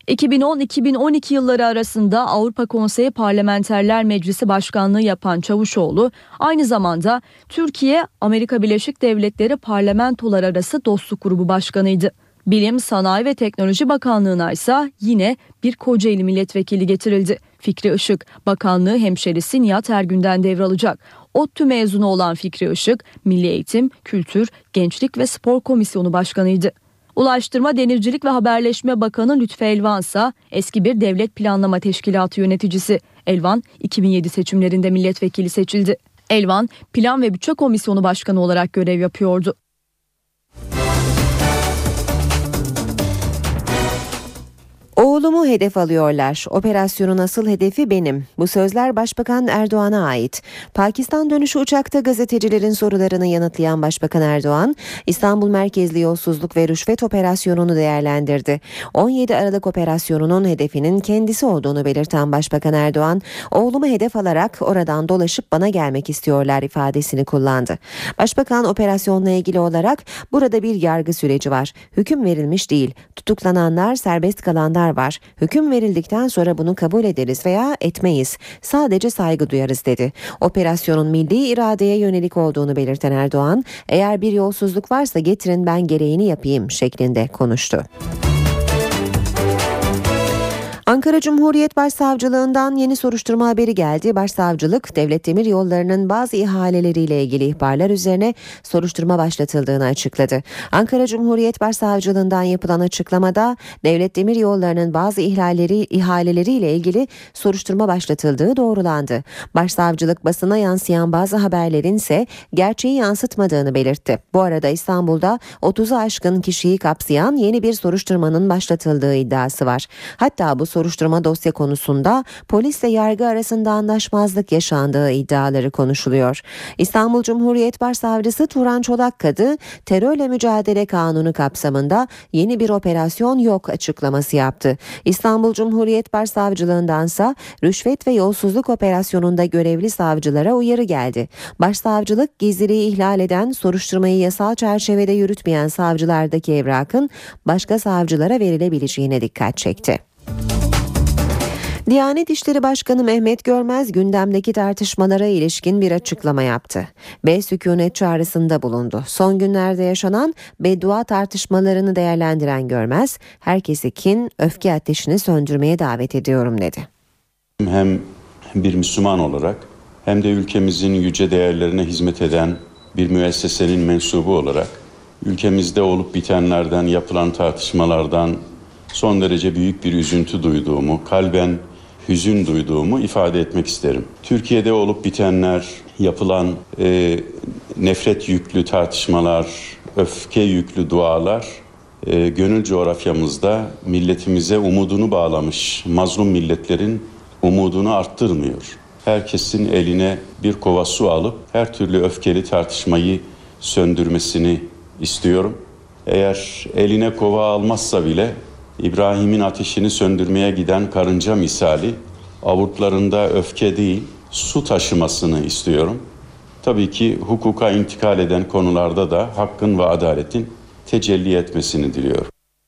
iki bin on iki bin on iki yılları arasında Avrupa Konseyi Parlamenterler Meclisi Başkanlığı yapan Çavuşoğlu aynı zamanda Türkiye Amerika Birleşik Devletleri Parlamentolar Arası Dostluk Grubu Başkanıydı. Bilim, Sanayi ve Teknoloji Bakanlığı'na ise yine bir Kocaeli milletvekili getirildi. Fikri Işık, bakanlığı hemşerisi Nihat Ergün'den devralacak. ODTÜ mezunu olan Fikri Işık, Milli Eğitim, Kültür, Gençlik ve Spor Komisyonu Başkanıydı. Ulaştırma, Denizcilik ve Haberleşme Bakanı Lütfü Elvan ise eski bir devlet planlama teşkilatı yöneticisi. Elvan iki bin yedi seçimlerinde milletvekili seçildi. Elvan, Plan ve Bütçe Komisyonu Başkanı olarak görev yapıyordu. Oğlumu hedef alıyorlar. Operasyonun asıl hedefi benim. Bu sözler Başbakan Erdoğan'a ait. Pakistan dönüşü uçakta gazetecilerin sorularını yanıtlayan Başbakan Erdoğan, İstanbul merkezli yolsuzluk ve rüşvet operasyonunu değerlendirdi. on yedi Aralık operasyonunun hedefinin kendisi olduğunu belirten Başbakan Erdoğan, oğlumu hedef alarak oradan dolaşıp bana gelmek istiyorlar ifadesini kullandı. Başbakan operasyonla ilgili olarak burada bir yargı süreci var. Hüküm verilmiş değil. Tutuklananlar, serbest kalanlar var. Hüküm verildikten sonra bunu kabul ederiz veya etmeyiz. Sadece saygı duyarız dedi. Operasyonun milli iradeye yönelik olduğunu belirten Erdoğan, eğer bir yolsuzluk varsa getirin ben gereğini yapayım şeklinde konuştu. Ankara Cumhuriyet Başsavcılığından yeni soruşturma haberi geldi. Başsavcılık, Devlet Demiryolları'nın bazı ihaleleriyle ilgili ihbarlar üzerine soruşturma başlatıldığını açıkladı. Ankara Cumhuriyet Başsavcılığından yapılan açıklamada Devlet Demiryolları'nın bazı ihlalleri, ihaleleriyle ilgili soruşturma başlatıldığı doğrulandı. Başsavcılık basına yansıyan bazı haberlerin ise gerçeği yansıtmadığını belirtti. Bu arada İstanbul'da otuzu aşkın kişiyi kapsayan yeni bir soruşturmanın başlatıldığı iddiası var. Hatta bu soruşturma dosya konusunda polisle yargı arasında anlaşmazlık yaşandığı iddiaları konuşuluyor. İstanbul Cumhuriyet Başsavcısı Turan Çolakkadı, terörle mücadele kanunu kapsamında yeni bir operasyon yok açıklaması yaptı. İstanbul Cumhuriyet Başsavcılığındansa rüşvet ve yolsuzluk operasyonunda görevli savcılara uyarı geldi. Başsavcılık gizliliği ihlal eden, soruşturmayı yasal çerçevede yürütmeyen savcılardaki evrakın başka savcılara verilebileceğine dikkat çekti. Diyanet İşleri Başkanı Mehmet Görmez gündemdeki tartışmalara ilişkin bir açıklama yaptı ve sükunet çağrısında bulundu. Son günlerde yaşanan beddua tartışmalarını değerlendiren Görmez, herkesi kin, öfke ateşini söndürmeye davet ediyorum dedi. Hem bir Müslüman olarak hem de ülkemizin yüce değerlerine hizmet eden bir müessesenin mensubu olarak ülkemizde olup bitenlerden, yapılan tartışmalardan son derece büyük bir üzüntü duyduğumu, kalben hüzün duyduğumu ifade etmek isterim. Türkiye'de olup bitenler, yapılan e, nefret yüklü tartışmalar, öfke yüklü dualar e, gönül coğrafyamızda milletimize umudunu bağlamış mazlum milletlerin umudunu arttırmıyor. Herkesin eline bir kova su alıp her türlü öfkeli tartışmayı söndürmesini istiyorum. Eğer eline kova almazsa bile İbrahim'in ateşini söndürmeye giden karınca misali avurtlarında öfke değil su taşımasını istiyorum. Tabii ki hukuka intikal eden konularda da hakkın ve adaletin tecelli etmesini diliyorum.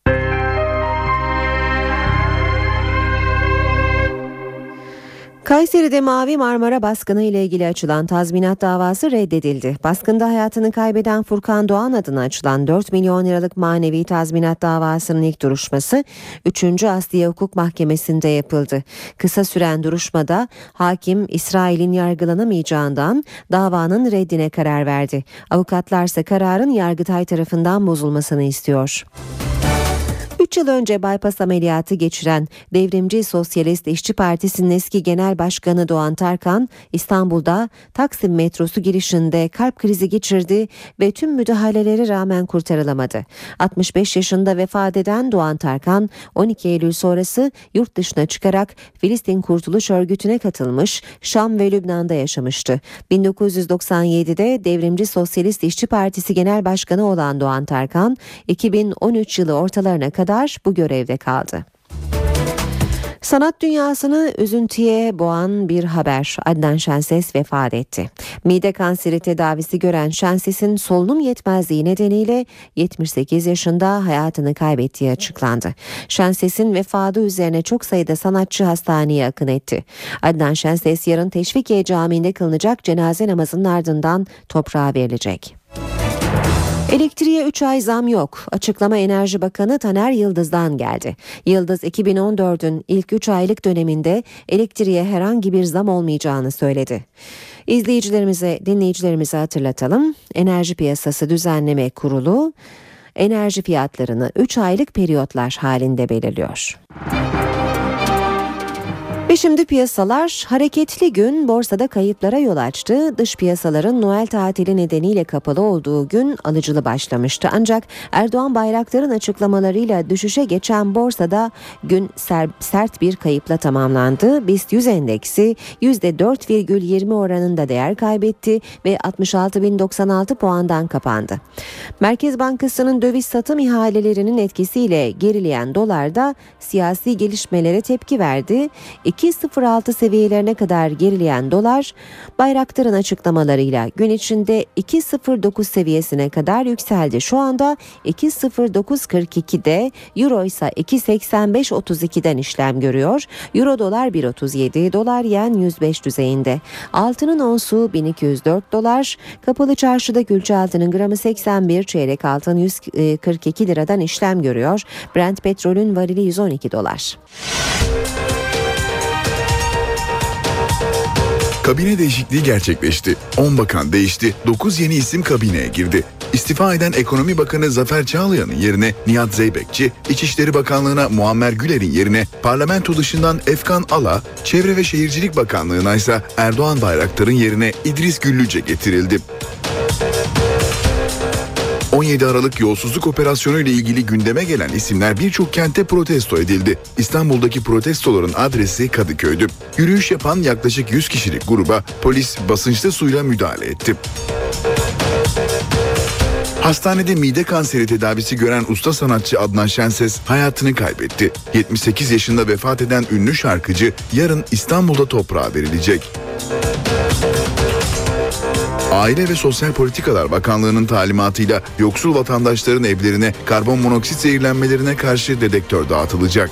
Kayseri'de Mavi Marmara baskını ile ilgili açılan tazminat davası reddedildi. Baskında hayatını kaybeden Furkan Doğan adına açılan dört milyon liralık manevi tazminat davasının ilk duruşması üçüncü Asliye Hukuk Mahkemesi'nde yapıldı. Kısa süren duruşmada hakim İsrail'in yargılanamayacağından davanın reddine karar verdi. Avukatlarsa kararın Yargıtay tarafından bozulmasını istiyor. üç yıl önce bypass ameliyatı geçiren Devrimci Sosyalist İşçi Partisi'nin eski genel başkanı Doğan Tarkan, İstanbul'da Taksim metrosu girişinde kalp krizi geçirdi ve tüm müdahalelere rağmen kurtarılamadı. altmış beş yaşında vefat eden Doğan Tarkan, on iki Eylül sonrası yurt dışına çıkarak Filistin Kurtuluş Örgütü'ne katılmış, Şam ve Lübnan'da yaşamıştı. bin dokuz yüz doksan yedide Devrimci Sosyalist İşçi Partisi Genel Başkanı olan Doğan Tarkan, iki bin on üç yılı ortalarına kadar bu görevde kaldı. Sanat dünyasını üzüntüye boğan bir haber. Adnan Şenses vefat etti. Mide kanseri tedavisi gören Şenses'in solunum yetmezliği nedeniyle yetmiş sekiz yaşında hayatını kaybettiği açıklandı. Şenses'in vefatı üzerine çok sayıda sanatçı hastaneye akın etti. Adnan Şenses yarın Teşvikiye Camii'nde kılınacak cenaze namazının ardından toprağa verilecek. Elektriğe üç ay zam yok. Açıklama Enerji Bakanı Taner Yıldız'dan geldi. Yıldız iki bin on dördün ilk üç aylık döneminde elektriğe herhangi bir zam olmayacağını söyledi. İzleyicilerimize, dinleyicilerimize hatırlatalım. Enerji Piyasası Düzenleme Kurulu enerji fiyatlarını üç aylık periyotlar halinde belirliyor. Ve şimdi piyasalar. Hareketli gün borsada kayıplara yol açtı. Dış piyasaların Noel tatili nedeniyle kapalı olduğu gün alıcılı başlamıştı. Ancak Erdoğan Bayraktar'ın açıklamalarıyla düşüşe geçen borsada gün ser, sert bir kayıpla tamamlandı. BIST yüz endeksi yüzde dört virgül yirmi oranında değer kaybetti ve altmış altı bin doksan altı puandan kapandı. Merkez Bankası'nın döviz satım ihalelerinin etkisiyle gerileyen dolarda siyasi gelişmelere tepki verdi. iki virgül sıfır altı seviyelerine kadar gerileyen dolar, Bayraktar'ın açıklamalarıyla gün içinde iki virgül sıfır dokuz seviyesine kadar yükseldi. Şu anda iki virgül sıfır dokuz kırk ikide, Euro ise iki virgül seksen beş otuz ikiden işlem görüyor. Euro dolar bir virgül otuz yedi, dolar yen yüz beş düzeyinde. Altının onsu bin iki yüz dört dolar, kapalı çarşıda külçe altının gramı seksen bir, çeyrek altın yüz kırk iki liradan işlem görüyor. Brent petrolün varili yüz on iki dolar. Kabine değişikliği gerçekleşti. on bakan değişti, dokuz yeni isim kabineye girdi. İstifa eden Ekonomi Bakanı Zafer Çağlayan'ın yerine Nihat Zeybekçi, İçişleri Bakanlığı'na Muammer Güler'in yerine parlamento dışından Efkan Ala, Çevre ve Şehircilik Bakanlığı'na ise Erdoğan Bayraktar'ın yerine İdris Güllüce getirildi. on yedi Aralık yolsuzluk operasyonu ile ilgili gündeme gelen isimler birçok kente protesto edildi. İstanbul'daki protestoların adresi Kadıköy'dü. Yürüyüş yapan yaklaşık yüz kişilik gruba polis basınçlı suyla müdahale etti. Hastanede mide kanseri tedavisi gören usta sanatçı Adnan Şenses hayatını kaybetti. yetmiş sekiz yaşında vefat eden ünlü şarkıcı yarın İstanbul'da toprağa verilecek. Aile ve Sosyal Politikalar Bakanlığı'nın talimatıyla yoksul vatandaşların evlerine karbon monoksit zehirlenmelerine karşı dedektör dağıtılacak.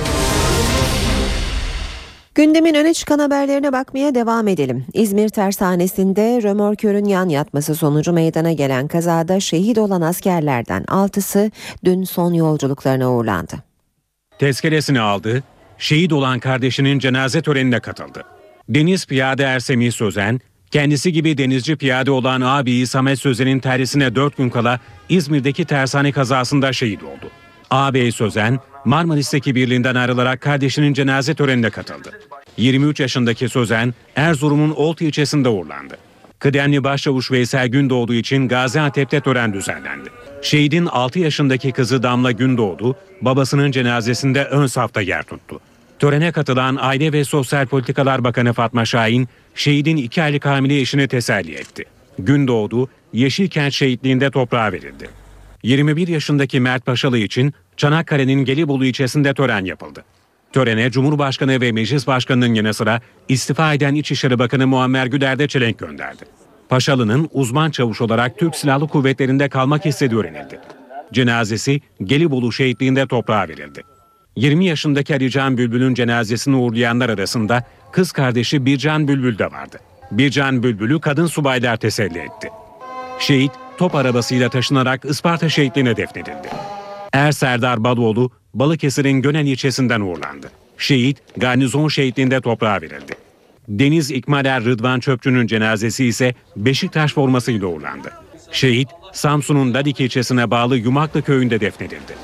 Gündemin öne çıkan haberlerine bakmaya devam edelim. İzmir tersanesinde römorkörün yan yatması sonucu meydana gelen kazada şehit olan askerlerden altısı dün son yolculuklarına uğurlandı. Tezkeresini aldı, şehit olan kardeşinin cenaze törenine katıldı. Deniz Piyade Ersemih Sözen, kendisi gibi denizci piyade olan ağabeyi Samet Sözen'in terhisine dört gün kala İzmir'deki tersane kazasında şehit oldu. Ağabey Sözen, Marmaris'teki birliğinden ayrılarak kardeşinin cenaze törenine katıldı. yirmi üç yaşındaki Sözen, Erzurum'un Oltu ilçesinde uğurlandı. Kıdemli Başçavuş Veysel Gündoğdu için Gaziantep'te tören düzenlendi. Şehidin altı yaşındaki kızı Damla Gündoğdu, babasının cenazesinde ön safta yer tuttu. Törene katılan Aile ve Sosyal Politikalar Bakanı Fatma Şahin, şehidin iki aylık hamile eşini teselli etti. Gündoğdu, Yeşilkent şehitliğinde toprağa verildi. yirmi bir yaşındaki Mert Paşalı için Çanakkale'nin Gelibolu ilçesinde tören yapıldı. Törene Cumhurbaşkanı ve Meclis Başkanı'nın yanı sıra istifa eden İçişleri Bakanı Muammer Güler de çelenk gönderdi. Paşalı'nın uzman çavuş olarak Türk Silahlı Kuvvetleri'nde kalmak istediği öğrenildi. Cenazesi Gelibolu şehitliğinde toprağa verildi. yirmi yaşındaki Ali Can Bülbül'ün cenazesini uğurlayanlar arasında kız kardeşi Bircan Bülbül de vardı. Bircan Bülbül'ü kadın subaylar teselli etti. Şehit top arabasıyla taşınarak Isparta şehitliğine defnedildi. Er Serdar Baloğlu Balıkesir'in Gönen ilçesinden uğurlandı. Şehit Garnizon şehitliğinde toprağa verildi. Deniz İkmaler Rıdvan Çöpçü'nün cenazesi ise Beşiktaş formasıyla uğurlandı. Şehit Samsun'un Dadik ilçesine bağlı Yumaklı köyünde defnedildi.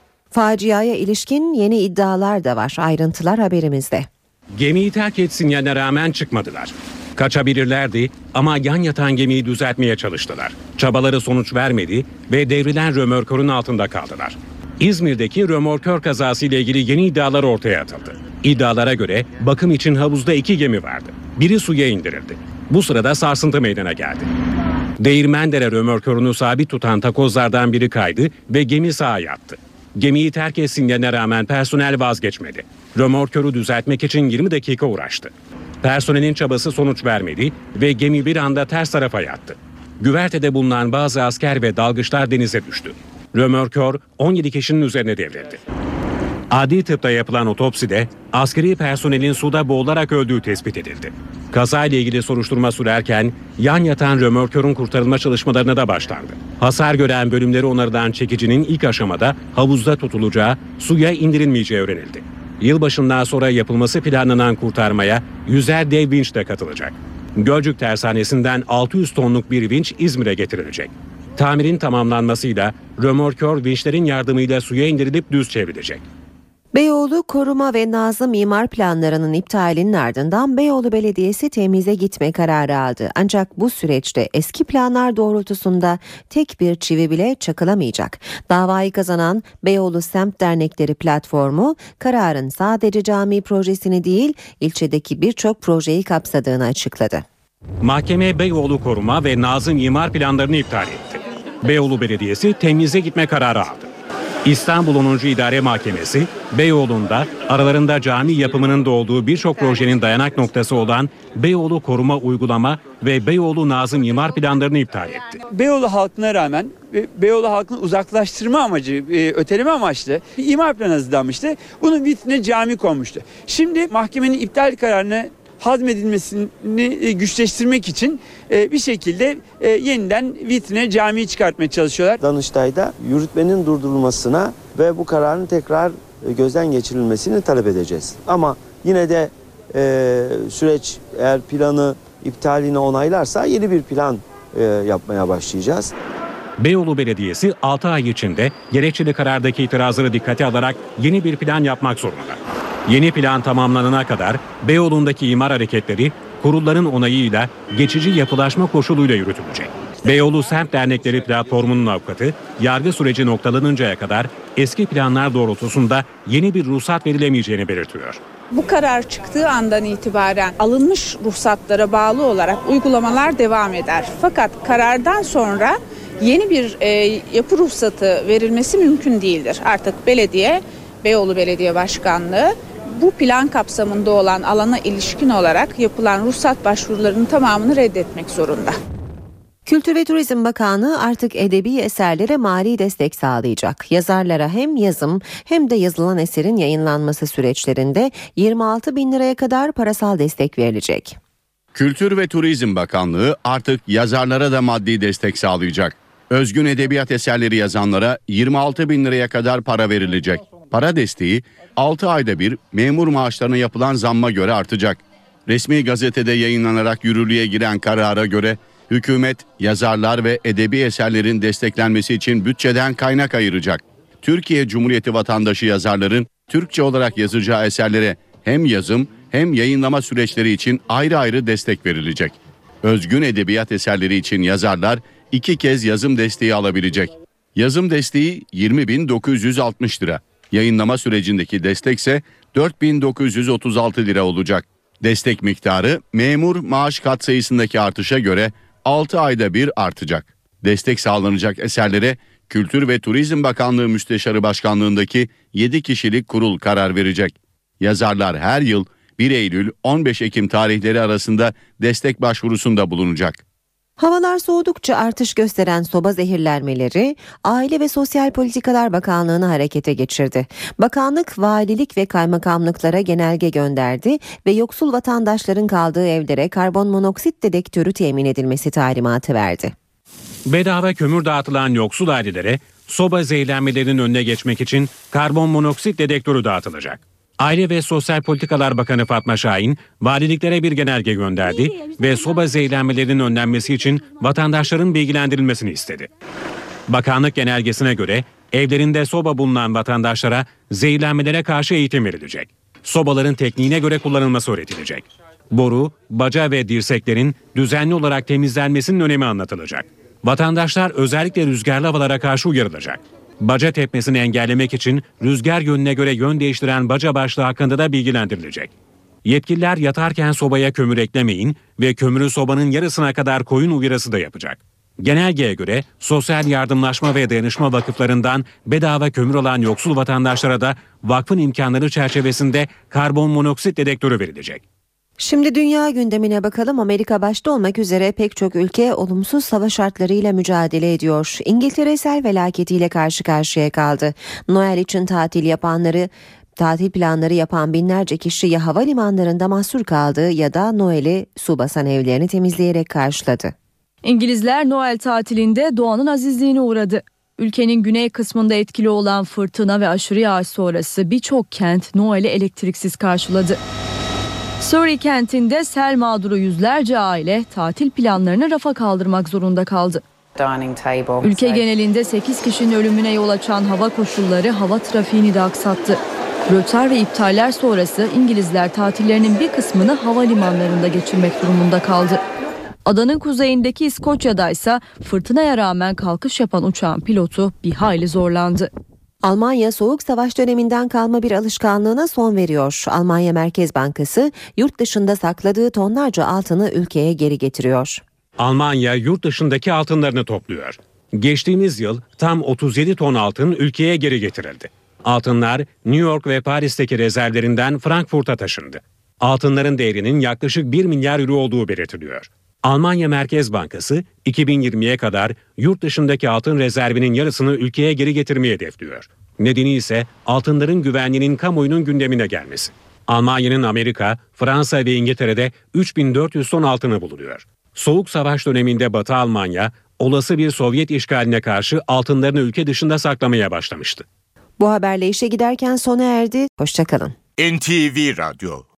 Faciaya ilişkin yeni iddialar da var. Ayrıntılar haberimizde. Gemiyi terk etsinlerine rağmen çıkmadılar. Kaçabilirlerdi ama yan yatan gemiyi düzeltmeye çalıştılar. Çabaları sonuç vermedi ve devrilen römorkörün altında kaldılar. İzmir'deki römorkör kazası ile ilgili yeni iddialar ortaya atıldı. İddialara göre bakım için havuzda iki gemi vardı. Biri suya indirildi. Bu sırada sarsıntı meydana geldi. Değirmendere römorkörünü sabit tutan takozlardan biri kaydı ve gemi sağa yattı. Gemiyi terk etsinlerine rağmen personel vazgeçmedi. Römorkörü düzeltmek için yirmi dakika uğraştı. Personelin çabası sonuç vermedi ve gemi bir anda ters tarafa yattı. Güvertede bulunan bazı asker ve dalgıçlar denize düştü. Römorkör on yedi kişinin üzerine devrildi. Adli tıpta yapılan otopside askeri personelin suda boğularak öldüğü tespit edildi. Kazayla ilgili soruşturma sürerken yan yatan römorkörün kurtarılma çalışmalarına da başlandı. Hasar gören bölümleri onarılan çekicinin ilk aşamada havuzda tutulacağı, suya indirilmeyeceği öğrenildi. Yılbaşından sonra yapılması planlanan kurtarmaya yüzer dev vinç de katılacak. Gölcük Tersanesi'nden altı yüz tonluk bir vinç İzmir'e getirilecek. Tamirin tamamlanmasıyla römorkör vinçlerin yardımıyla suya indirilip düz çevrilecek. Beyoğlu koruma ve Nazım imar planlarının iptalinin ardından Beyoğlu Belediyesi temize gitme kararı aldı. Ancak bu süreçte eski planlar doğrultusunda tek bir çivi bile çakılamayacak. Davayı kazanan Beyoğlu Semt Dernekleri platformu kararın sadece cami projesini değil, ilçedeki birçok projeyi kapsadığını açıkladı. Mahkeme Beyoğlu koruma ve Nazım imar planlarını iptal etti. Beyoğlu Belediyesi temize gitme kararı aldı. İstanbul onuncu İdare Mahkemesi, Beyoğlu'nda aralarında cami yapımının da olduğu birçok projenin dayanak noktası olan Beyoğlu Koruma Uygulama ve Beyoğlu Nazım imar planlarını iptal etti. Beyoğlu halkına rağmen Beyoğlu halkını uzaklaştırma amacı, öteleme amaçlı bir imar planı hazırlanmıştı. Bunun vitrine cami konmuştu. Şimdi mahkemenin iptal kararını hazmedilmesini güçleştirmek için bir şekilde yeniden vitrine camiyi çıkartmaya çalışıyorlar. Danıştay'da yürütmenin durdurulmasına ve bu kararın tekrar gözden geçirilmesini talep edeceğiz. Ama yine de e, süreç eğer planı iptalini onaylarsa yeni bir plan e, yapmaya başlayacağız. Beyoğlu Belediyesi altı ay içinde gerekçeli karardaki itirazları dikkate alarak yeni bir plan yapmak zorunda. Yeni plan tamamlanana kadar Beyoğlu'ndaki imar hareketleri kurulların onayıyla geçici yapılaşma koşuluyla yürütülecek. Beyoğlu Semt Dernekleri platformunun avukatı yargı süreci noktalanıncaya kadar eski planlar doğrultusunda yeni bir ruhsat verilemeyeceğini belirtiyor. Bu karar çıktığı andan itibaren alınmış ruhsatlara bağlı olarak uygulamalar devam eder. Fakat karardan sonra yeni bir e, yapı ruhsatı verilmesi mümkün değildir. Artık belediye, Beyoğlu Belediye Başkanlığı bu plan kapsamında olan alana ilişkin olarak yapılan ruhsat başvurularının tamamını reddetmek zorunda. Kültür ve Turizm Bakanlığı artık edebi eserlere mali destek sağlayacak. Yazarlara hem yazım hem de yazılan eserin yayınlanması süreçlerinde yirmi altı bin liraya kadar parasal destek verilecek. Kültür ve Turizm Bakanlığı artık yazarlara da maddi destek sağlayacak. Özgün edebiyat eserleri yazanlara yirmi altı bin liraya kadar para verilecek. Para desteği altı ayda bir memur maaşlarına yapılan zamma göre artacak. Resmi gazetede yayınlanarak yürürlüğe giren karara göre hükümet yazarlar ve edebi eserlerin desteklenmesi için bütçeden kaynak ayıracak. Türkiye Cumhuriyeti vatandaşı yazarların Türkçe olarak yazacağı eserlere hem yazım hem yayınlama süreçleri için ayrı ayrı destek verilecek. Özgün edebiyat eserleri için yazarlar iki kez yazım desteği alabilecek. Yazım desteği yirmi bin dokuz yüz altmış lira. Yayınlama sürecindeki destekse dört bin dokuz yüz otuz altı lira olacak. Destek miktarı memur maaş katsayısındaki artışa göre altı ayda bir artacak. Destek sağlanacak eserlere Kültür ve Turizm Bakanlığı Müsteşarı Başkanlığındaki yedi kişilik kurul karar verecek. Yazarlar her yıl bir Eylül on beş Ekim tarihleri arasında destek başvurusunda bulunacak. Havalar soğudukça artış gösteren soba zehirlenmeleri Aile ve Sosyal Politikalar Bakanlığı'nı harekete geçirdi. Bakanlık valilik ve kaymakamlıklara genelge gönderdi ve yoksul vatandaşların kaldığı evlere karbon monoksit dedektörü temin edilmesi talimatı verdi. Bedava kömür dağıtılan yoksul ailelere soba zehirlenmelerinin önüne geçmek için karbon monoksit dedektörü dağıtılacak. Aile ve Sosyal Politikalar Bakanı Fatma Şahin, valiliklere bir genelge gönderdi ve soba zehirlenmelerinin önlenmesi için vatandaşların bilgilendirilmesini istedi. Bakanlık genelgesine göre evlerinde soba bulunan vatandaşlara zehirlenmelere karşı eğitim verilecek. Sobaların tekniğine göre kullanılması öğretilecek. Boru, baca ve dirseklerin düzenli olarak temizlenmesinin önemi anlatılacak. Vatandaşlar özellikle rüzgarlı havalara karşı uyarılacak. Baca tepmesini engellemek için rüzgar yönüne göre yön değiştiren baca başlığı hakkında da bilgilendirilecek. Yetkililer yatarken sobaya kömür eklemeyin ve kömürü sobanın yarısına kadar koyun uyarısı da yapacak. Genelgeye göre sosyal yardımlaşma ve dayanışma vakıflarından bedava kömür alan yoksul vatandaşlara da vakfın imkanları çerçevesinde karbon monoksit dedektörü verilecek. Şimdi dünya gündemine bakalım. Amerika başta olmak üzere pek çok ülke olumsuz hava şartlarıyla mücadele ediyor. İngiltere sel felaketiyle karşı karşıya kaldı. Noel için tatil yapanları Tatil planları yapan binlerce kişi ya havalimanlarında mahsur kaldı ya da Noel'i su basan evlerini temizleyerek karşıladı. İngilizler Noel tatilinde doğanın azizliğine uğradı. Ülkenin güney kısmında etkili olan fırtına ve aşırı yağış sonrası birçok kent Noel'i elektriksiz karşıladı. Surrey kentinde sel mağduru yüzlerce aile tatil planlarını rafa kaldırmak zorunda kaldı. Ülke genelinde sekiz kişinin ölümüne yol açan hava koşulları hava trafiğini de aksattı. Rötar ve iptaller sonrası İngilizler tatillerinin bir kısmını havalimanlarında geçirmek durumunda kaldı. Adanın kuzeyindeki İskoçya'da ise fırtınaya rağmen kalkış yapan uçağın pilotu bir hayli zorlandı. Almanya Soğuk Savaş döneminden kalma bir alışkanlığına son veriyor. Almanya Merkez Bankası yurt dışında sakladığı tonlarca altını ülkeye geri getiriyor. Almanya yurt dışındaki altınlarını topluyor. Geçtiğimiz yıl tam otuz yedi ton altın ülkeye geri getirildi. Altınlar New York ve Paris'teki rezervlerinden Frankfurt'a taşındı. Altınların değerinin yaklaşık bir milyar euro olduğu belirtiliyor. Almanya Merkez Bankası iki bin yirmiye kadar yurt dışındaki altın rezervinin yarısını ülkeye geri getirmeyi hedefliyor. Nedeni ise altınların güvenliğinin kamuoyunun gündemine gelmesi. Almanya'nın Amerika, Fransa ve İngiltere'de üç bin dört yüz ton altını bulunuyor. Soğuk Savaş döneminde Batı Almanya, olası bir Sovyet işgaline karşı altınlarını ülke dışında saklamaya başlamıştı. Bu haberle işe giderken sona erdi. Hoşça kalın. N T V Radyo